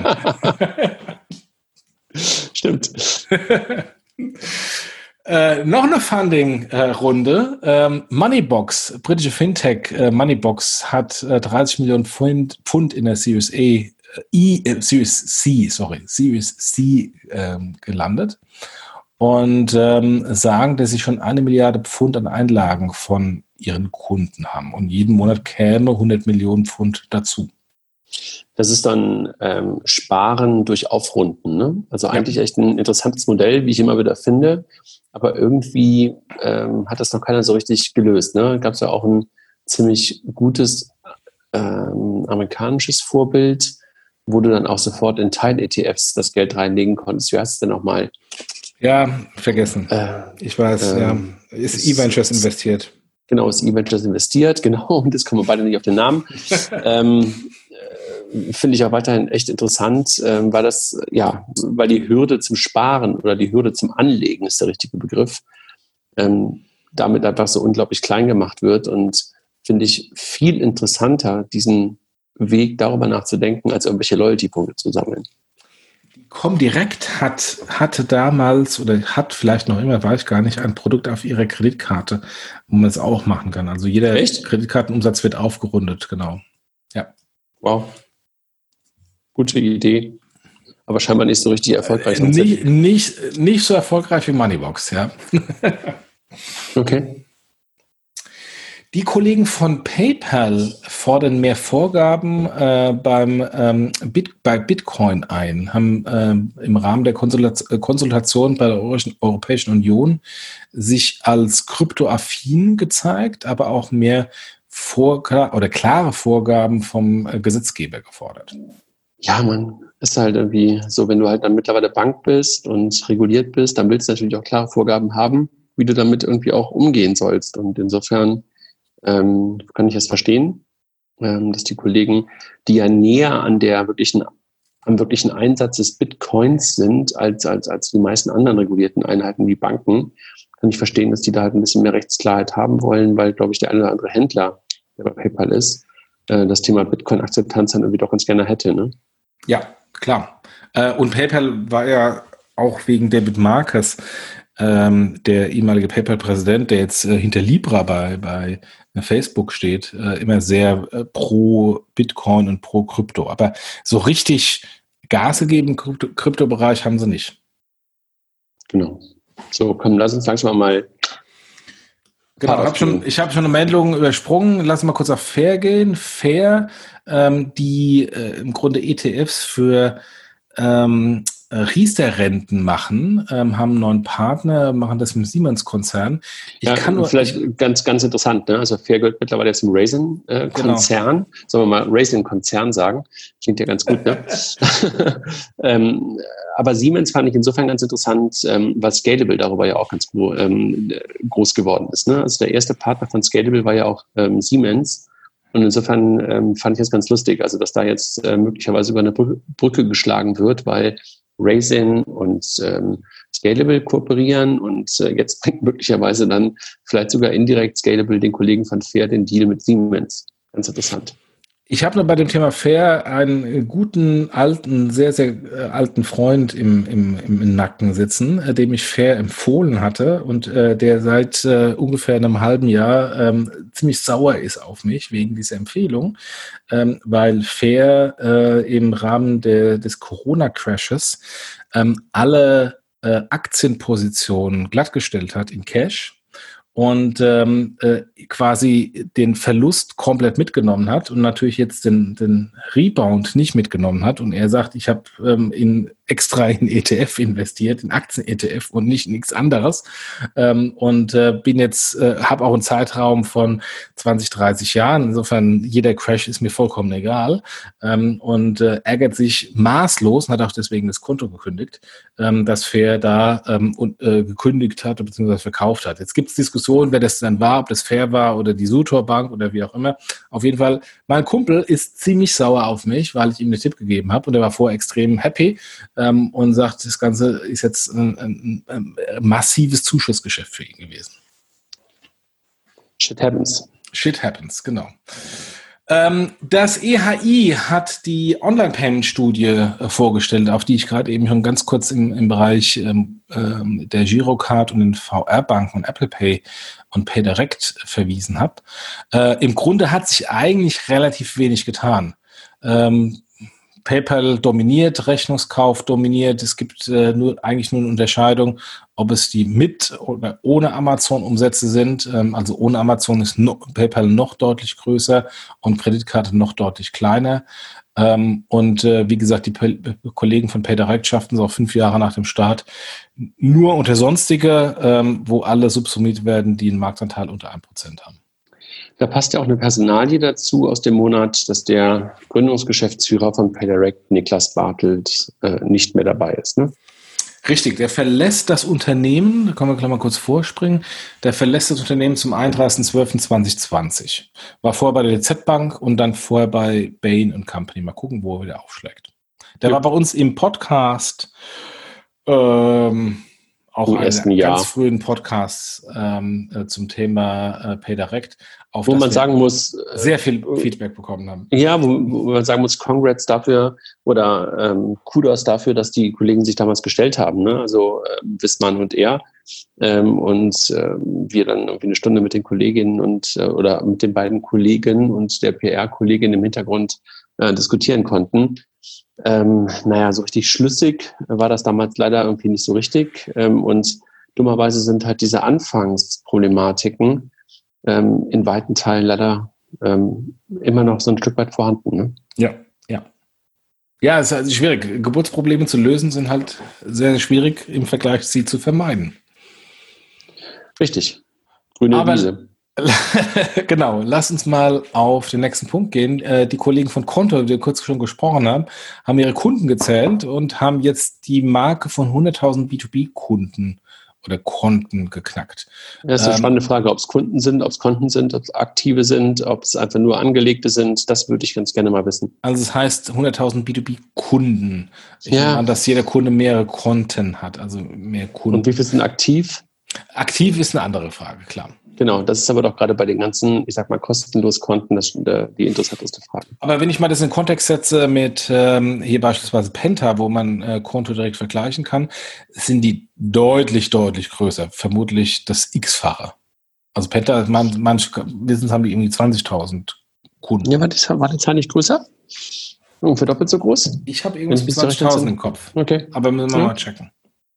Stimmt. Äh, noch eine Funding-Runde. Ähm, Moneybox, britische Fintech äh, Moneybox hat äh, dreißig Millionen Pfund, Pfund in der Series A, äh, I, äh, Series C, sorry, Series C ähm, gelandet und ähm, sagen, dass sie schon eine Milliarde Pfund an Einlagen von ihren Kunden haben und jeden Monat käme hundert Millionen Pfund dazu. Das ist dann ähm, Sparen durch Aufrunden, ne? Also eigentlich ja. echt ein interessantes Modell, wie ich immer wieder finde. Aber irgendwie ähm, hat das noch keiner so richtig gelöst. Ne? Gab es ja auch ein ziemlich gutes ähm, amerikanisches Vorbild, wo du dann auch sofort in Teil-E T Fs das Geld reinlegen konntest. Wie heißt es denn nochmal? Ja, vergessen. Äh, ich weiß, ähm, ja. Ist, ist E-Ventures investiert. Genau, ist E-Ventures investiert, genau. Und das kommen wir beide nicht auf den Namen. ähm, Finde ich auch weiterhin echt interessant, ähm, weil das, ja, weil die Hürde zum Sparen oder die Hürde zum Anlegen ist der richtige Begriff, ähm, damit einfach so unglaublich klein gemacht wird und finde ich viel interessanter, diesen Weg darüber nachzudenken, als irgendwelche Loyalty-Punkte zu sammeln. Comdirect hat, hatte damals oder hat vielleicht noch immer, weiß ich gar nicht, ein Produkt auf ihrer Kreditkarte, wo man es auch machen kann. Also jeder Echt? Kreditkartenumsatz wird aufgerundet, genau. Ja. Wow. Gute Idee, aber scheinbar nicht so richtig erfolgreich. Äh, nicht, nicht, nicht so erfolgreich wie Moneybox, ja. Okay. Die Kollegen von PayPal fordern mehr Vorgaben äh, beim, ähm, Bit, bei Bitcoin ein, haben ähm, im Rahmen der Konsultation, Konsultation bei der Europäischen Union sich als kryptoaffin gezeigt, aber auch mehr vor, oder klare Vorgaben vom äh, Gesetzgeber gefordert. Ja, man ist halt irgendwie so, wenn du halt dann mittlerweile Bank bist und reguliert bist, dann willst du natürlich auch klare Vorgaben haben, wie du damit irgendwie auch umgehen sollst. Und insofern ähm, kann ich das verstehen, ähm, dass die Kollegen, die ja näher an der wirklichen, am wirklichen Einsatz des Bitcoins sind, als, als, als die meisten anderen regulierten Einheiten wie Banken, kann ich verstehen, dass die da halt ein bisschen mehr Rechtsklarheit haben wollen, weil, glaube ich, der eine oder andere Händler, der bei PayPal ist, äh, das Thema Bitcoin-Akzeptanz dann irgendwie doch ganz gerne hätte, ne? Ja, klar. Äh, und PayPal war ja auch wegen David Marcus, ähm, der ehemalige PayPal-Präsident, der jetzt äh, hinter Libra bei, bei Facebook steht, äh, immer sehr äh, pro Bitcoin und pro Krypto. Aber so richtig Gas gegeben im Krypto- Kryptobereich haben sie nicht. Genau. So, komm, lass uns langsam mal Genau, hab schon, ich habe schon eine Meldung übersprungen. Lass mal kurz auf Fair gehen. Fair, ähm, die äh, im Grunde E T Fs für ähm, Riester-Renten machen, ähm, haben einen neuen Partner, machen das mit Siemens-Konzern. Ich ja, kann nur, vielleicht ich, ganz, ganz interessant, ne? Also Fair gehört mittlerweile zum Raisin-Konzern. Genau. Sollen wir mal Raisin-Konzern sagen? Klingt ja ganz gut, ne? ähm, aber Siemens fand ich insofern ganz interessant, ähm, weil Scalable darüber ja auch ganz gro- ähm, groß geworden ist, ne? Also der erste Partner von Scalable war ja auch ähm, Siemens. Und insofern ähm, fand ich das ganz lustig, also dass da jetzt äh, möglicherweise über eine Brücke, Brücke geschlagen wird, weil Raisin und ähm, Scalable kooperieren und äh, jetzt bringt möglicherweise dann vielleicht sogar indirekt Scalable den Kollegen von Fair den Deal mit Siemens. Ganz interessant. Ich habe nur bei dem Thema Fair einen guten, alten, sehr, sehr äh, alten Freund im, im, im Nacken sitzen, äh, dem ich Fair empfohlen hatte und äh, der seit äh, ungefähr einem halben Jahr ähm, ziemlich sauer ist auf mich wegen dieser Empfehlung, ähm, weil Fair äh, im Rahmen der, des Corona-Crashes ähm, alle äh, Aktienpositionen glattgestellt hat in Cash und ähm, äh, quasi den Verlust komplett mitgenommen hat und natürlich jetzt den, den Rebound nicht mitgenommen hat. Und er sagt, ich habe ähm, in extra in E T F investiert, in Aktien-E T F und nicht in nichts anderes. Ähm, und äh, bin jetzt, äh, habe auch einen Zeitraum von zwanzig, dreißig Jahren. Insofern, jeder Crash ist mir vollkommen egal. Ähm, und äh, ärgert sich maßlos und hat auch deswegen das Konto gekündigt, ähm, dass Fair da ähm, und, äh, gekündigt hat bzw. verkauft hat. Jetzt gibt es Diskussionen, wer das dann war, ob das Fair war oder die Sutor Bank oder wie auch immer. Auf jeden Fall, mein Kumpel ist ziemlich sauer auf mich, weil ich ihm einen Tipp gegeben habe und er war vorher extrem happy. Ähm, und sagt, das Ganze ist jetzt ein, ein, ein massives Zuschussgeschäft für ihn gewesen. Shit happens. Shit happens, genau. Ähm, das E H I hat die Online-Payment-Studie äh, vorgestellt, auf die ich gerade eben schon ganz kurz im, im Bereich ähm, ähm, der Girocard und den V R-Banken und Apple Pay und PayDirect verwiesen habe. Äh, Im Grunde hat sich eigentlich relativ wenig getan. Ähm, PayPal dominiert, Rechnungskauf dominiert. Es gibt äh, nur eigentlich nur eine Unterscheidung, ob es die mit oder ohne Amazon-Umsätze sind. Ähm, also ohne Amazon ist no, PayPal noch deutlich größer und Kreditkarte noch deutlich kleiner. Ähm, und äh, wie gesagt, die P- Kollegen von PayDirect schafften es auch fünf Jahre nach dem Start nur unter Sonstige, ähm, wo alle subsumiert werden, die einen Marktanteil unter ein Prozent haben. Da passt ja auch eine Personalie dazu aus dem Monat, dass der Gründungsgeschäftsführer von PayDirect, Niklas Bartelt, äh, nicht mehr dabei ist, ne? Richtig, der verlässt das Unternehmen, da können wir gleich mal kurz vorspringen, der verlässt das Unternehmen zum einunddreißigsten zwölften zweitausendzwanzig. War vorher bei der D Z Bank und dann vorher bei Bain and Company. Mal gucken, wo er wieder aufschlägt. Der ja. war bei uns im Podcast, ähm, auch Im einen ganz Jahr. frühen Podcast ähm, äh, zum Thema äh, PayDirect, auf wo das man wir sagen muss, sehr viel Feedback bekommen haben. Ja, wo, wo man sagen muss, Congrats dafür oder ähm, Kudos dafür, dass die Kollegen sich damals gestellt haben, ne? Also äh, Wissmann und er ähm, und äh, wir dann irgendwie eine Stunde mit den Kolleginnen und äh, oder mit den beiden Kollegen und der P R-Kollegin im Hintergrund äh, diskutieren konnten. Ähm, naja, so richtig schlüssig war das damals leider irgendwie nicht so richtig. Ähm, und dummerweise sind halt diese Anfangsproblematiken ähm, in weiten Teilen leider ähm, immer noch so ein Stück weit vorhanden. Ne? Ja, ja. Ja, es ist also schwierig. Geburtsprobleme zu lösen sind halt sehr, sehr schwierig im Vergleich, sie zu vermeiden. Richtig. Grüne Aber Wiese. Genau, lass uns mal auf den nächsten Punkt gehen. Äh, die Kollegen von Konto, die wir kurz schon gesprochen haben, haben ihre Kunden gezählt und haben jetzt die Marke von hunderttausend B zwei B-Kunden oder Konten geknackt. Das ist eine ähm, spannende Frage, ob es Kunden sind, ob es Konten sind, ob es aktive sind, ob es einfach nur angelegte sind. Das würde ich ganz gerne mal wissen. Also es heißt hunderttausend B zwei B-Kunden. Ich ja. nehme an, dass jeder Kunde mehrere Konten hat, also mehr Kunden. Und wie viele sind aktiv? Aktiv ist eine andere Frage, klar. Genau, das ist aber doch gerade bei den ganzen, ich sag mal, kostenlos Konten das die interessanteste Frage. Aber wenn ich mal das in Kontext setze mit ähm, hier beispielsweise Penta, wo man äh, Konto direkt vergleichen kann, sind die deutlich, deutlich größer. Vermutlich das X-fache. Also Penta, man, manche wissen, haben die irgendwie zwanzigtausend Kunden. Ja, war die, war die Zahl nicht größer? Ungefähr doppelt so groß? Ich habe irgendwie zwanzigtausend im Kopf. Okay. Aber müssen wir ja. mal checken.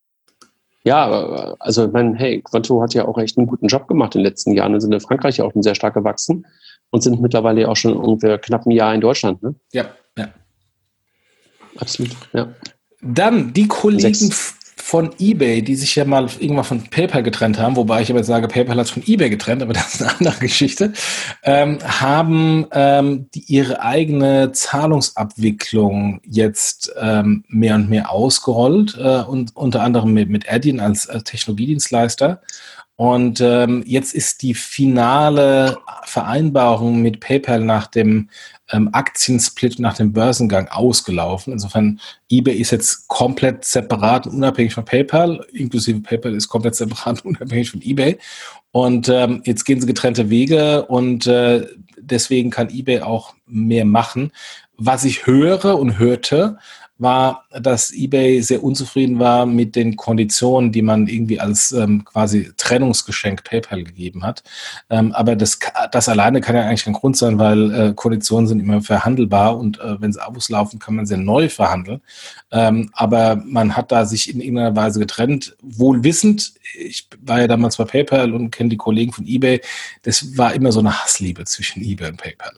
Ja, also ich meine, hey, Konto hat ja auch echt einen guten Job gemacht in den letzten Jahren. Und sind in Frankreich ja auch sehr stark gewachsen und sind mittlerweile ja auch schon ungefähr knapp ein Jahr in Deutschland. Ne? Ja, ja. Absolut, ja. Dann die Kollegen Sechs. von eBay, die sich ja mal irgendwann von PayPal getrennt haben, wobei ich aber jetzt sage, PayPal hat sich von eBay getrennt, aber das ist eine andere Geschichte, ähm, haben ähm, die, ihre eigene Zahlungsabwicklung jetzt ähm, mehr und mehr ausgerollt äh, und unter anderem mit, mit Adyen als, als Technologiedienstleister. Und ähm, jetzt ist die finale Vereinbarung mit PayPal nach dem ähm, Aktiensplit, nach dem Börsengang ausgelaufen. Insofern, eBay ist jetzt komplett separat und unabhängig von PayPal, inklusive PayPal ist komplett separat und unabhängig von eBay. Und ähm, jetzt gehen sie getrennte Wege und äh, deswegen kann eBay auch mehr machen. Was ich höre und hörte, war, dass eBay sehr unzufrieden war mit den Konditionen, die man irgendwie als ähm, quasi Trennungsgeschenk PayPal gegeben hat. Ähm, aber das, das alleine kann ja eigentlich kein Grund sein, weil äh, Konditionen sind immer verhandelbar und äh, wenn sie Abos laufen, kann man sie neu verhandeln. Ähm, aber man hat da sich in irgendeiner Weise getrennt, wohl wissend. Ich war ja damals bei PayPal und kenne die Kollegen von eBay. Das war immer so eine Hassliebe zwischen eBay und PayPal.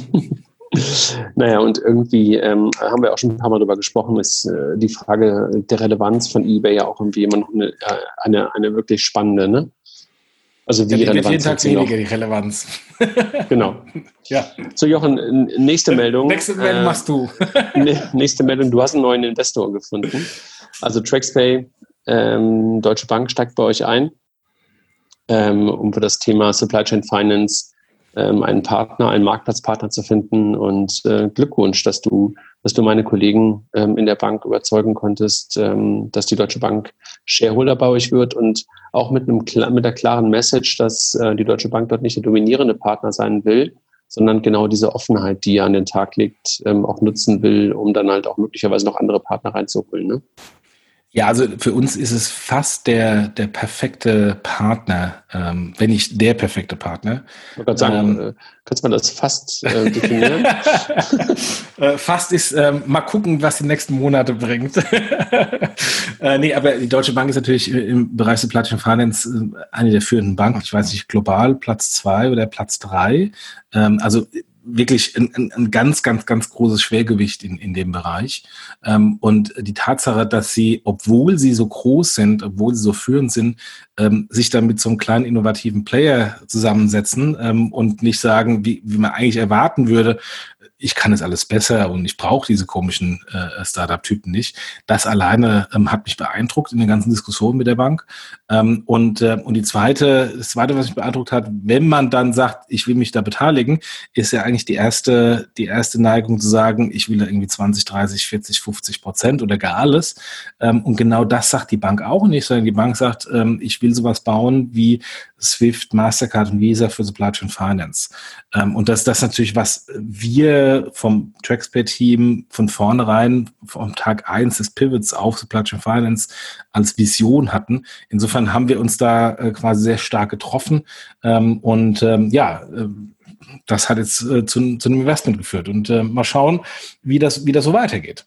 Naja, und irgendwie ähm, haben wir auch schon ein paar Mal darüber gesprochen, ist äh, die Frage der Relevanz von eBay ja auch irgendwie immer noch eine, eine, eine wirklich spannende, ne? Also wie ja, die Relevanz wird jeden Tag weniger, die Relevanz. Genau. Ja. So, Jochen, nächste Meldung. Nächste Meldung äh, machst du. Nächste Meldung, du hast einen neuen Investor gefunden. Also TraxPay, ähm, Deutsche Bank steigt bei euch ein, ähm, um für das Thema Supply Chain Finance einen Partner, einen Marktplatzpartner zu finden und äh, Glückwunsch, dass du, dass du meine Kollegen ähm, in der Bank überzeugen konntest, ähm, dass die Deutsche Bank Shareholder bei euch wird und auch mit einem mit der klaren Message, dass äh, die Deutsche Bank dort nicht der dominierende Partner sein will, sondern genau diese Offenheit, die ihr an den Tag legt, ähm, auch nutzen will, um dann halt auch möglicherweise noch andere Partner reinzuholen, ne? Ja, also für uns ist es fast der, der perfekte Partner, ähm, wenn nicht der perfekte Partner. Ich wollte gerade sagen, ähm, kannst du mal das fast äh, definieren? äh, fast ist, ähm, mal gucken, was die nächsten Monate bringt. äh, nee, aber die Deutsche Bank ist natürlich im Bereich Supply Chain Finance äh, eine der führenden Banken. Ich weiß nicht, global Platz zwei oder Platz drei. Ähm, also wirklich ein, ein, ein ganz, ganz, ganz großes Schwergewicht in, in dem Bereich. Ähm, und die Tatsache, dass sie, obwohl sie so groß sind, obwohl sie so führend sind, ähm, sich dann mit so einem kleinen innovativen Player zusammensetzen ähm, und nicht sagen, wie, wie man eigentlich erwarten würde, ich kann es alles besser und ich brauche diese komischen äh, Startup-Typen nicht. Das alleine ähm, hat mich beeindruckt in den ganzen Diskussionen mit der Bank. Ähm, und, äh, und die zweite, das zweite, was mich beeindruckt hat, wenn man dann sagt, ich will mich da beteiligen, ist ja eigentlich die erste, die erste Neigung zu sagen, ich will da irgendwie zwanzig, dreißig, vierzig, fünfzig Prozent oder gar alles. Ähm, und genau das sagt die Bank auch nicht, sondern die Bank sagt, ähm, ich will sowas bauen wie Swift, Mastercard und Visa für Supply Chain Finance. Ähm, und das, das ist natürlich, was wir vom TraxPay-Team von vornherein, vom Tag eins des Pivots auf Supply Chain Finance als Vision hatten. Insofern haben wir uns da äh, quasi sehr stark getroffen. Ähm, und ähm, ja, äh, das hat jetzt äh, zu, zu einem Investment geführt. Und äh, mal schauen, wie das, wie das so weitergeht.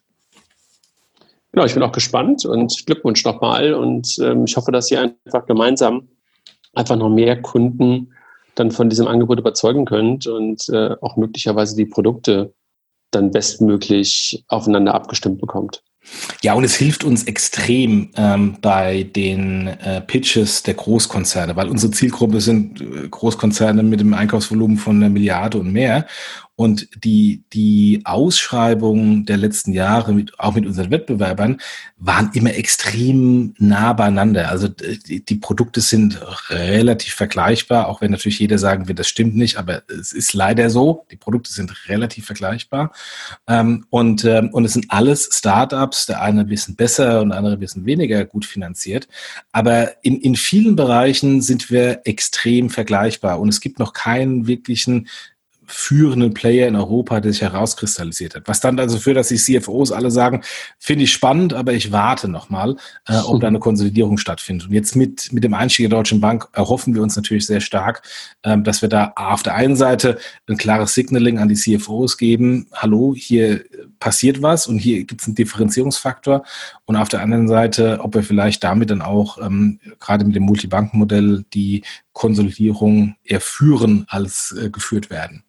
Genau, ich bin auch gespannt und Glückwunsch nochmal. Und ähm, ich hoffe, dass ihr einfach gemeinsam einfach noch mehr Kunden dann von diesem Angebot überzeugen könnt und äh, auch möglicherweise die Produkte dann bestmöglich aufeinander abgestimmt bekommt. Ja, und es hilft uns extrem ähm, bei den äh, Pitches der Großkonzerne, weil unsere Zielgruppe sind äh, Großkonzerne mit einem Einkaufsvolumen von einer Milliarde und mehr. Und die, die Ausschreibungen der letzten Jahre, mit, auch mit unseren Wettbewerbern, waren immer extrem nah beieinander. Also die, die Produkte sind relativ vergleichbar, auch wenn natürlich jeder sagen wird, das stimmt nicht, aber es ist leider so. Die Produkte sind relativ vergleichbar. Ähm, und, ähm, und es sind alles Startups, der eine ein bisschen besser und der andere ein bisschen weniger gut finanziert. Aber in, in vielen Bereichen sind wir extrem vergleichbar. Und es gibt noch keinen wirklichen führenden Player in Europa, der sich herauskristallisiert hat. Was dann also führt, dass die C F Os alle sagen, finde ich spannend, aber ich warte nochmal, äh, ob da eine Konsolidierung stattfindet. Und jetzt mit, mit dem Einstieg der Deutschen Bank erhoffen wir uns natürlich sehr stark, ähm, dass wir da auf der einen Seite ein klares Signaling an die C F Os geben, hallo, hier passiert was und hier gibt es einen Differenzierungsfaktor. Und auf der anderen Seite, ob wir vielleicht damit dann auch ähm, gerade mit dem Multibankenmodell die Konsolidierung eher führen als äh, geführt werden.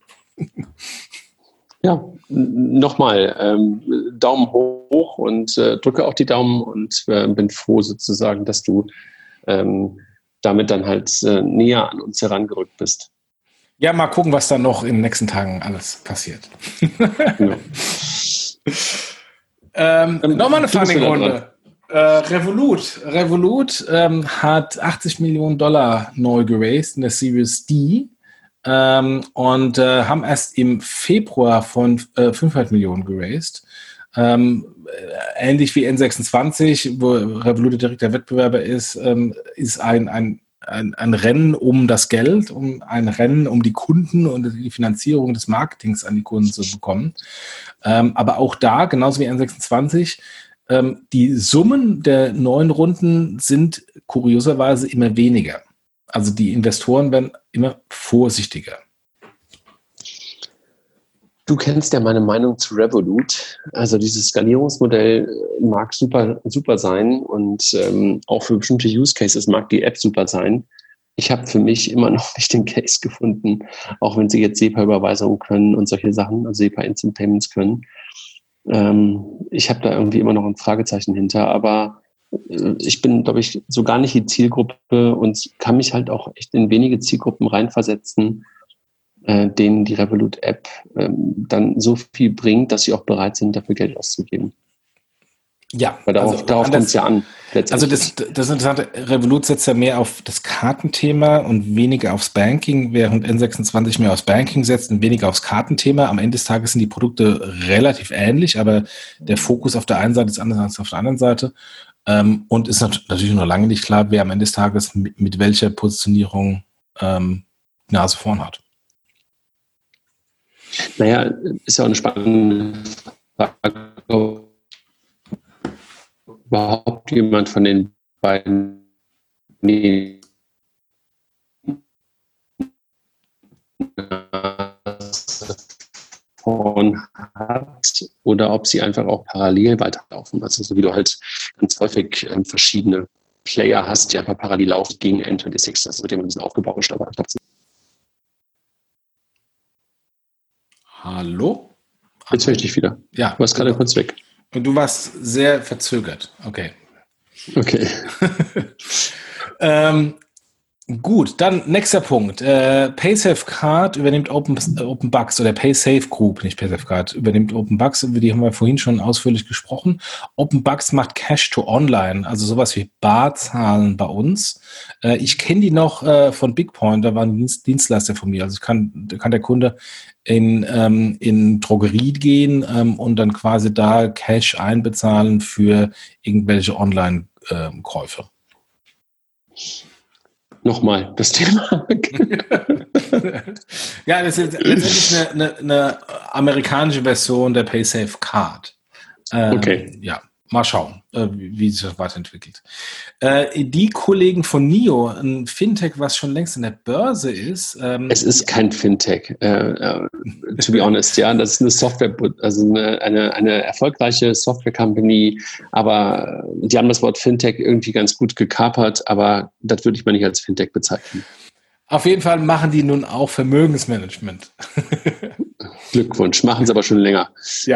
Ja, nochmal ähm, Daumen hoch und äh, drücke auch die Daumen und äh, bin froh sozusagen, dass du ähm, damit dann halt äh, näher an uns herangerückt bist. Ja, mal gucken, was dann noch in den nächsten Tagen alles passiert. Genau. ähm, ähm, Nochmal eine Funding-Runde. Äh, Revolut. Revolut ähm, hat achtzig Millionen Dollar neu geraced in der Series D. Ähm, und äh, haben erst im Februar von äh, fünfhundert Millionen geraced. Ähm, ähnlich wie N sechsundzwanzig, wo Revolut direkt der Wettbewerber ist, ähm, ist ein, ein ein, ein Rennen um das Geld, um ein Rennen um die Kunden und die Finanzierung des Marketings an die Kunden zu bekommen. Ähm, aber auch da, genauso wie N sechsundzwanzig, ähm, die Summen der neuen Runden sind kurioserweise immer weniger. Also die Investoren werden immer vorsichtiger. Du kennst ja meine Meinung zu Revolut. Also dieses Skalierungsmodell mag super, super sein und ähm, auch für bestimmte Use Cases mag die App super sein. Ich habe für mich immer noch nicht den Case gefunden, auch wenn sie jetzt SEPA-Überweisungen können und solche Sachen, also SEPA Instant Payments können. Ähm, ich habe da irgendwie immer noch ein Fragezeichen hinter, aber äh, ich bin, glaube ich, so gar nicht die Zielgruppe und kann mich halt auch echt in wenige Zielgruppen reinversetzen, denen die Revolut-App ähm, dann so viel bringt, dass sie auch bereit sind, dafür Geld auszugeben. Ja. Weil darauf, also darauf kommt es ja an. Also das, das Interessante, Revolut setzt ja mehr auf das Kartenthema und weniger aufs Banking, während N sechsundzwanzig mehr aufs Banking setzt und weniger aufs Kartenthema. Am Ende des Tages sind die Produkte relativ ähnlich, aber der Fokus auf der einen Seite ist anders als auf der anderen Seite. Ähm, und ist natürlich noch lange nicht klar, wer am Ende des Tages mit, mit welcher Positionierung ähm, Nase vorn hat. Naja, ist ja auch eine spannende Frage, ob überhaupt jemand von den beiden vorn hat oder ob sie einfach auch parallel weiterlaufen. Also so wie du halt ganz häufig ähm, verschiedene Player hast, die einfach parallel laufen gegen N sechsundzwanzig. Das wird immer ein bisschen aufgebauscht, aber ich glaube, Hallo? jetzt höre ich dich wieder. Ja. Du warst gerade kurz weg. Und du warst sehr verzögert. Okay. Okay. ähm, gut, dann nächster Punkt. Äh, PaySafeCard übernimmt Open, äh, OpenBucks oder PaySafe Group, nicht PaySafeCard, übernimmt OpenBucks. Über die haben wir vorhin schon ausführlich gesprochen. OpenBucks macht Cash to Online, also sowas wie Barzahlen bei uns. Äh, ich kenne die noch äh, von BigPoint, da war ein Dienst, Dienstleister von mir. Also ich kann, kann der Kunde in, ähm, in Drogerie gehen ähm, und dann quasi da Cash einbezahlen für irgendwelche Online-Käufe. Nochmal das Thema. Ja, das ist letztendlich eine, eine, eine amerikanische Version der PaySafeCard. Ähm, okay. Ja, mal schauen, äh, wie, wie sich das weiterentwickelt. Äh, die Kollegen von N I O, ein Fintech, was schon längst in der Börse ist. Ähm, es ist kein Fintech, äh, uh, to be honest. Ja, das ist eine Software, also eine, eine, eine erfolgreiche Software-Company, aber die haben das Wort Fintech irgendwie ganz gut gekapert, aber das würde ich mal nicht als Fintech bezeichnen. Auf jeden Fall machen die nun auch Vermögensmanagement. Glückwunsch, machen sie aber schon länger. Ja.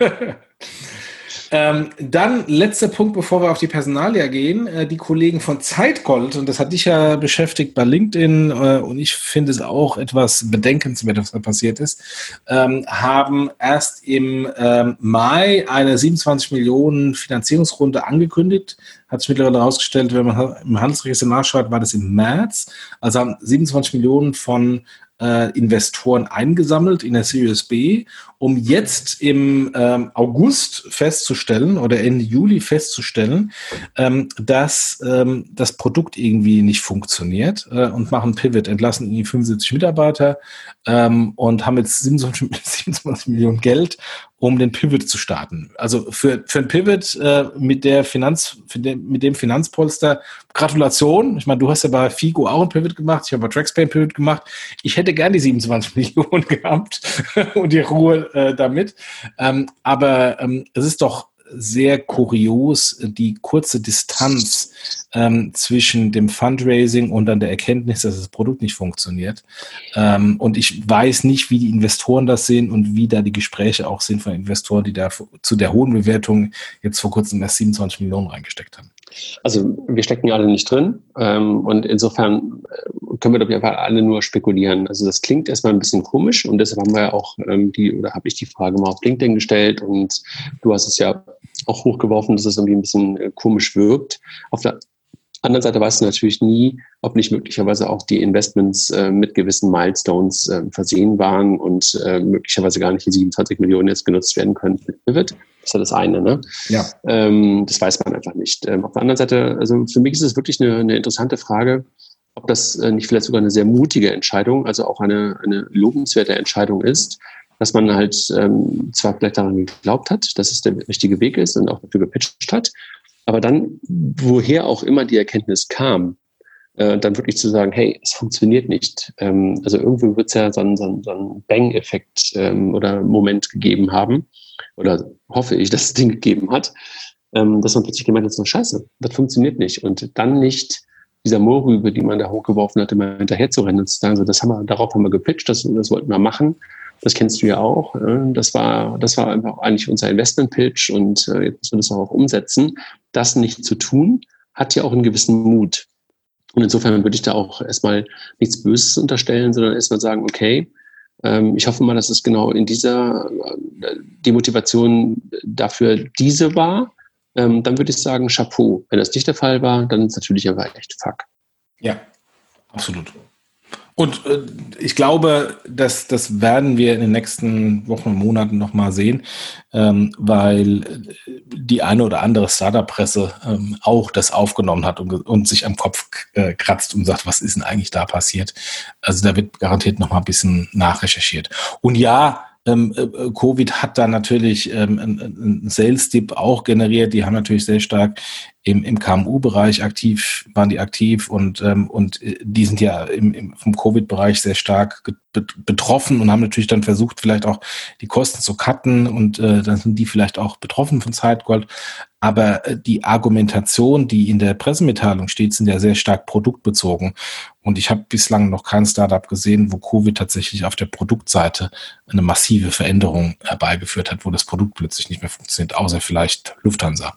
Ähm, dann letzter Punkt, bevor wir auf die Personalia gehen. Äh, die Kollegen von Zeitgold, und das hat dich ja beschäftigt bei LinkedIn, äh, und ich finde es auch etwas bedenkenswert, was da passiert ist, ähm, haben erst im ähm, Mai eine siebenundzwanzig Millionen Finanzierungsrunde angekündigt. Hat sich mittlerweile herausgestellt, wenn man im Handelsregister nachschaut, war das im März. Also haben siebenundzwanzig Millionen von Äh, Investoren eingesammelt in der Series B, um jetzt im ähm, August festzustellen oder Ende Juli festzustellen, ähm, dass ähm, das Produkt irgendwie nicht funktioniert äh, und machen Pivot, entlassen irgendwie fünfundsiebzig Mitarbeiter ähm, und haben jetzt siebenundzwanzig, siebenundzwanzig Millionen Geld, um den Pivot zu starten. Also für, für ein Pivot äh, mit der Finanz, für den, mit dem Finanzpolster, Gratulation. Ich meine, du hast ja bei Figo auch ein Pivot gemacht, ich habe bei TraxPay ein Pivot gemacht. Ich hätte gern die siebenundzwanzig Millionen gehabt und die Ruhe äh, damit. Ähm, aber ähm, es ist doch sehr kurios, die kurze Distanz ähm, zwischen dem Fundraising und dann der Erkenntnis, dass das Produkt nicht funktioniert. Ähm, und ich weiß nicht, wie die Investoren das sehen und wie da die Gespräche auch sind von Investoren, die da zu der hohen Bewertung jetzt vor kurzem erst siebenundzwanzig Millionen reingesteckt haben. Also wir stecken alle nicht drin ähm, und insofern können wir doch einfach alle nur spekulieren. Also das klingt erstmal ein bisschen komisch und deshalb haben wir ja auch ähm, die, oder habe ich die Frage mal auf LinkedIn gestellt und du hast es ja auch hochgeworfen, dass es irgendwie ein bisschen äh, komisch wirkt. Auf der anderen Seite weißt du natürlich nie, ob nicht möglicherweise auch die Investments äh, mit gewissen Milestones äh, versehen waren und äh, möglicherweise gar nicht die siebenundzwanzig Millionen jetzt genutzt werden können für Pivot. Das ist ja das eine, ne? Ja. Ähm, das weiß man einfach nicht. Ähm, auf der anderen Seite, also für mich ist es wirklich eine, eine interessante Frage, ob das äh, nicht vielleicht sogar eine sehr mutige Entscheidung, also auch eine, eine lobenswerte Entscheidung ist, dass man halt ähm, zwar vielleicht daran geglaubt hat, dass es der richtige Weg ist und auch dafür gepitcht hat, aber dann, woher auch immer die Erkenntnis kam, äh, dann wirklich zu sagen, hey, es funktioniert nicht. Ähm, also irgendwo wird es ja so einen, so einen, so einen Bang-Effekt ähm, oder Moment gegeben haben, oder hoffe ich, dass es den gegeben hat, ähm, dass man plötzlich gemeint hat, so scheiße, das funktioniert nicht. Und dann nicht dieser Mohrrübe, die man da hochgeworfen hat, immer hinterher zu rennen und zu sagen, so, das haben wir, darauf haben wir gepitcht, das, das wollten wir machen. Das kennst du ja auch. Das war, das war einfach eigentlich unser Investment-Pitch und jetzt müssen wir das auch umsetzen. Das nicht zu tun, hat ja auch einen gewissen Mut. Und insofern würde ich da auch erstmal nichts Böses unterstellen, sondern erstmal sagen, okay, ich hoffe mal, dass es genau in dieser, die Motivation dafür diese war. Dann würde ich sagen, Chapeau. Wenn das nicht der Fall war, dann ist es natürlich aber echt fuck. Ja, absolut. Und äh, ich glaube, dass das werden wir in den nächsten Wochen und Monaten nochmal sehen, ähm, weil die eine oder andere Startup-Presse ähm, auch das aufgenommen hat und, und sich am Kopf äh, kratzt und sagt, was ist denn eigentlich da passiert? Also da wird garantiert nochmal ein bisschen nachrecherchiert. Und ja, Ähm, äh, Covid hat da natürlich ähm, einen Sales-Dip auch generiert. Die haben natürlich sehr stark im, im K M U-Bereich aktiv, waren die aktiv und, ähm, und die sind ja im, im, vom Covid-Bereich sehr stark get- betroffen und haben natürlich dann versucht, vielleicht auch die Kosten zu cutten und äh, dann sind die vielleicht auch betroffen von Sidegold. Aber die Argumentation, die in der Pressemitteilung steht, sind ja sehr stark produktbezogen. Und ich habe bislang noch kein Startup gesehen, wo Covid tatsächlich auf der Produktseite eine massive Veränderung herbeigeführt hat, wo das Produkt plötzlich nicht mehr funktioniert, außer vielleicht Lufthansa.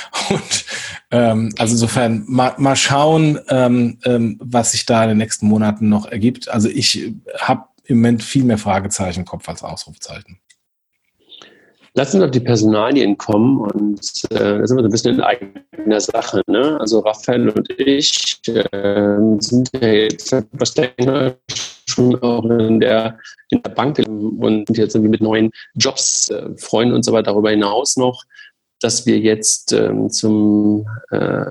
Und ähm, also insofern mal, mal schauen, ähm, ähm, was sich da in den nächsten Monaten noch ergibt. Also ich habe im Moment viel mehr Fragezeichen im Kopf als Ausrufezeichen. Lass uns auf die Personalien kommen und äh, da sind wir so ein bisschen in eigener Sache. Ne? Also Raphael und ich äh, sind ja jetzt etwas länger schon auch in der, in der Bank und sind jetzt irgendwie mit neuen Jobs, äh, freuen uns aber darüber hinaus noch, dass wir jetzt ähm, zum äh,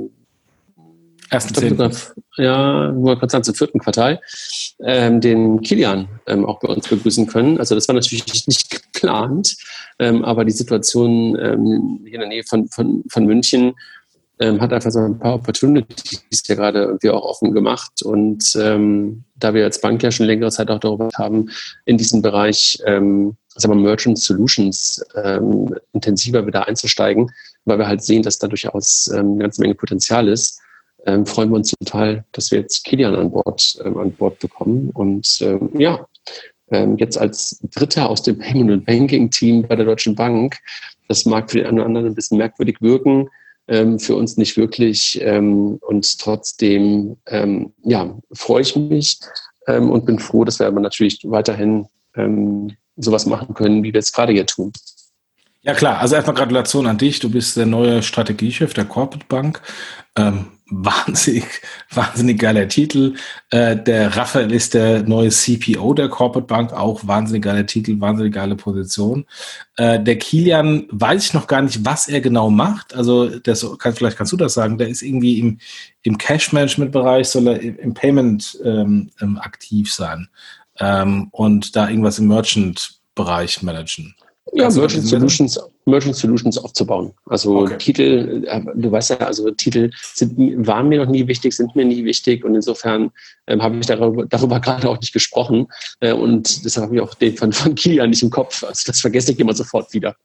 Ersten Zehnten. Ja, nur kurz sagen, zum vierten Quartal, ähm, den Kilian ähm, auch bei uns begrüßen können. Also das war natürlich nicht geplant, ähm, aber die Situation ähm, hier in der Nähe von, von, von München ähm, hat einfach so ein paar Opportunities ja gerade irgendwie auch offen gemacht. Und ähm, da wir als Bank ja schon längere Zeit auch darüber haben, in diesen Bereich ähm, sagen wir Merchant Solutions ähm, intensiver wieder einzusteigen, weil wir halt sehen, dass da durchaus ähm, eine ganze Menge Potenzial ist. Ähm, freuen wir uns total, dass wir jetzt Kilian an Bord, ähm, an Bord bekommen. Und ähm, ja, ähm, jetzt als Dritter aus dem Payment- und Banking-Team bei der Deutschen Bank, das mag für den einen oder anderen ein bisschen merkwürdig wirken, ähm, für uns nicht wirklich. Ähm, und trotzdem ähm, ja, freue ich mich ähm, und bin froh, dass wir aber natürlich weiterhin ähm, sowas machen können, wie wir es gerade hier tun. Ja klar, also erstmal Gratulation an dich. Du bist der neue Strategiechef der Corporate Bank. Ähm, wahnsinnig, wahnsinnig geiler Titel. Äh, der Raphael ist der neue C P O der Corporate Bank, auch wahnsinnig geiler Titel, wahnsinnig geile Position. Äh, der Kilian, weiß ich noch gar nicht, was er genau macht. Also das, kann, vielleicht kannst du das sagen. Der ist irgendwie im, im Cash-Management-Bereich, soll er im Payment ähm, ähm, aktiv sein ähm, und da irgendwas im Merchant-Bereich managen. Ja, Merchant Solutions, Merchant Solutions aufzubauen. Also okay. Titel, du weißt ja, also Titel sind, waren mir noch nie wichtig, sind mir nie wichtig und insofern ähm, habe ich darüber, darüber gerade auch nicht gesprochen äh, und deshalb habe ich auch den von, von Kilian nicht im Kopf. Also das vergesse ich immer sofort wieder.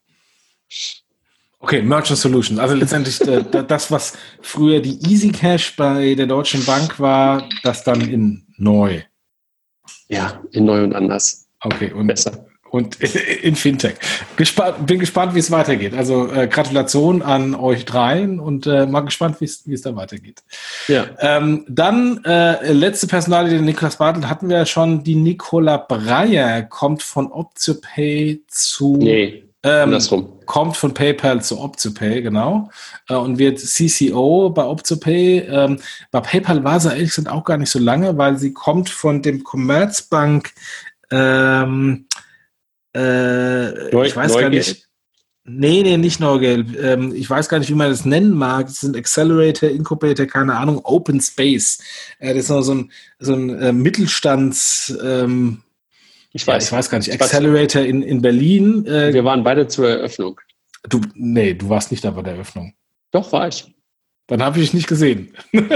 Okay, Merchant Solutions. Also letztendlich äh, das, was früher die Easy Cash bei der Deutschen Bank war, das dann in neu. Ja, in neu und anders. Okay, und besser. Und in Fintech. Gespannt, bin gespannt, wie es weitergeht. Also äh, Gratulation an euch dreien und äh, mal gespannt, wie es da weitergeht. Ja. Ähm, dann äh, letzte Personalie, den Niklas Bartelt hatten wir ja schon. Die Nicola Breyer kommt von OptioPay zu... Nee, ähm, andersrum. Kommt von PayPal zu OptioPay, genau. Äh, und wird C C O bei OptioPay. Ähm, bei PayPal war sie ehrlich gesagt auch gar nicht so lange, weil sie kommt von dem Commerzbank... Ähm, Äh, Neu, ich weiß Neugeld. gar nicht. Nee, nee, nicht Neugelb. Ähm, ich weiß gar nicht, wie man das nennen mag. Das sind Accelerator, Incubator, keine Ahnung, Open Space. Äh, das ist noch so ein, so ein äh, Mittelstands... Ähm, ich, weiß, ja, ich weiß gar nicht, Accelerator in, in Berlin. Äh, Wir waren beide zur Eröffnung. Du, nee, du warst nicht da bei der Eröffnung. Doch, war ich. Dann habe ich dich nicht gesehen.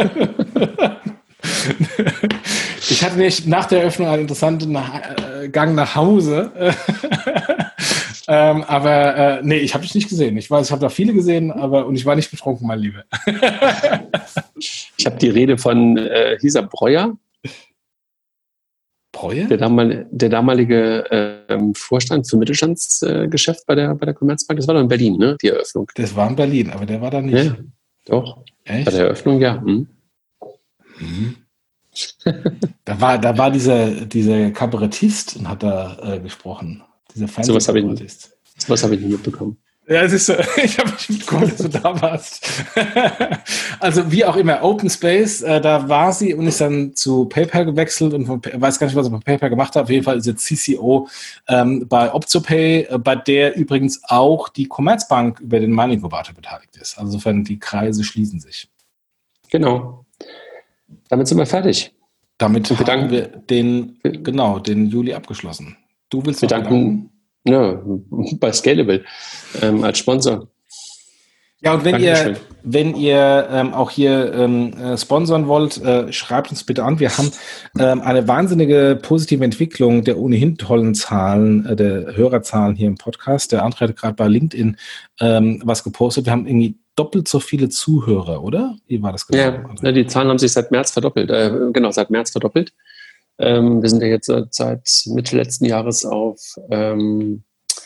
Ich hatte nicht nach der Eröffnung einen interessanten nach, äh, Gang nach Hause. ähm, aber äh, nee, ich habe dich nicht gesehen. Ich weiß, ich habe da viele gesehen, aber und ich war nicht betrunken, mein Lieber. Ich habe die Rede von äh, Hisa Breuer. Breuer? Der, damal, der damalige äh, Vorstand für Mittelstandsgeschäft äh, bei der bei der Commerzbank. Das war doch in Berlin, ne? Die Eröffnung. Das war in Berlin, aber der war da nicht. Ja, doch. Echt? Bei der Eröffnung, ja. Hm. Mhm. da war, da war dieser, dieser Kabarettist und hat da äh, gesprochen. Dieser So was habe ich, so hab ich nicht mitbekommen. Ja, es ist so, ich habe nicht mitbekommen, dass du da warst. Also wie auch immer, Open Space, äh, da war sie und ist dann zu PayPal gewechselt und von, weiß gar nicht, was sie bei PayPal gemacht hat. Auf jeden Fall ist jetzt C C O ähm, bei OpzoPay, äh, bei der übrigens auch die Commerzbank über den Money Incubator beteiligt ist. Also insofern die Kreise schließen sich. Genau. Damit sind wir fertig. Damit wir haben wir den, genau, den Juli abgeschlossen. Du willst noch bedanken? Ja, bei Scalable ähm, als Sponsor. Ja, und wenn Dankeschön. ihr, wenn ihr ähm, auch hier ähm, äh, sponsern wollt, äh, schreibt uns bitte an. Wir haben ähm, eine wahnsinnige positive Entwicklung der ohnehin tollen Zahlen, äh, der Hörerzahlen hier im Podcast. Der André hat gerade bei LinkedIn ähm, was gepostet. Wir haben irgendwie doppelt so viele Zuhörer, oder? Wie war das genau? Ja, die Zahlen haben sich seit März verdoppelt. Äh, genau, seit März verdoppelt. Ähm, wir sind ja jetzt seit Mitte letzten Jahres auf ähm,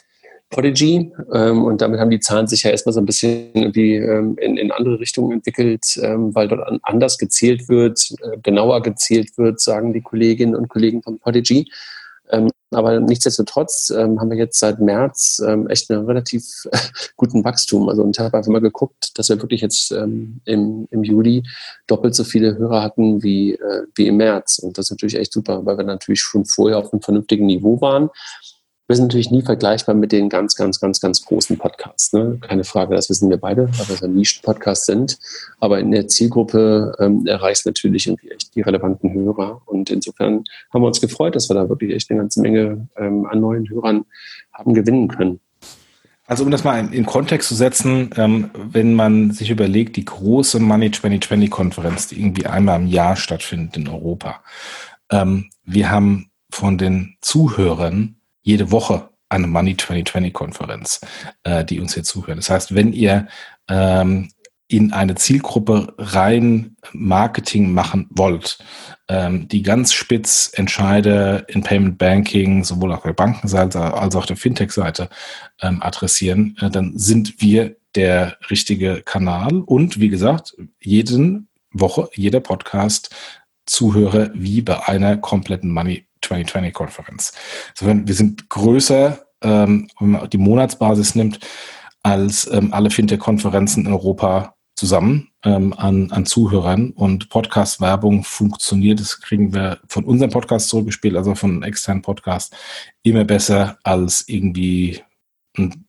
Podigy ähm, und damit haben die Zahlen sich ja erstmal so ein bisschen irgendwie ähm, in, in andere Richtungen entwickelt, ähm, weil dort an, anders gezählt wird, äh, genauer gezählt wird, sagen die Kolleginnen und Kollegen von Podigy. Ähm, aber nichtsdestotrotz ähm, haben wir jetzt seit März ähm, echt einen relativ äh, guten Wachstum. Also und habe einfach mal geguckt, dass wir wirklich jetzt ähm, im, im Juli doppelt so viele Hörer hatten wie, äh, wie im März. Und das ist natürlich echt super, weil wir natürlich schon vorher auf einem vernünftigen Niveau waren. Wir sind natürlich nie vergleichbar mit den ganz, ganz, ganz, ganz großen Podcasts. Ne? Keine Frage, das wissen wir beide, weil wir so ein Nischen-Podcast sind. Aber in der Zielgruppe ähm, erreicht es natürlich irgendwie echt die relevanten Hörer. Und insofern haben wir uns gefreut, dass wir da wirklich echt eine ganze Menge ähm, an neuen Hörern haben gewinnen können. Also um das mal in, in Kontext zu setzen, ähm, wenn man sich überlegt, die große Money zwanzig zwanzig-Konferenz, die irgendwie einmal im Jahr stattfindet in Europa. Ähm, wir haben von den Zuhörern jede Woche eine Money zwanzig zwanzig-Konferenz, äh, die uns hier zuhören. Das heißt, wenn ihr ähm, in eine Zielgruppe rein Marketing machen wollt, ähm, die ganz spitz Entscheider in Payment Banking, sowohl auf der Bankenseite als auch der Fintech-Seite ähm, adressieren, äh, dann sind wir der richtige Kanal. Und wie gesagt, jede Woche, jeder Podcast Zuhörer wie bei einer kompletten Money zwanzig zwanzig-Konferenz. Also wir sind größer, ähm, wenn man die Monatsbasis nimmt, als ähm, alle Fintech-Konferenzen in Europa zusammen ähm, an, an Zuhörern. Und Podcast-Werbung funktioniert, das kriegen wir von unserem Podcast zurückgespielt, also von externen Podcasts, immer besser als irgendwie ein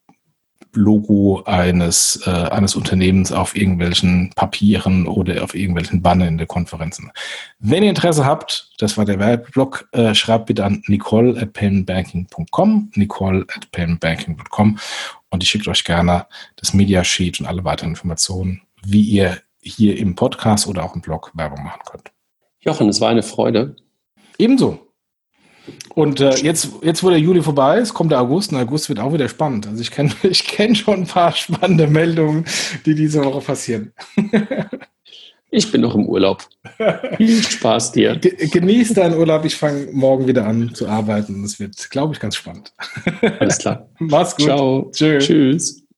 Logo eines äh, eines Unternehmens auf irgendwelchen Papieren oder auf irgendwelchen Bannern in der Konferenzen. Wenn ihr Interesse habt, das war der Werbeblock, äh, schreibt bitte an nicole at paymentbanking dot com, nicole at paymentbanking dot com und ich schicke euch gerne das Media Sheet und alle weiteren Informationen, wie ihr hier im Podcast oder auch im Blog Werbung machen könnt. Jochen, es war eine Freude. Ebenso. Und äh, jetzt, jetzt, wo der Juli vorbei ist, kommt der August und August wird auch wieder spannend. Also ich kenne ich kenn schon ein paar spannende Meldungen, die diese Woche passieren. Ich bin noch im Urlaub. Viel Spaß dir. Genieß deinen Urlaub. Ich fange morgen wieder an zu arbeiten. Das wird, glaube ich, ganz spannend. Alles klar. Mach's gut. Ciao. Tschö. Tschüss.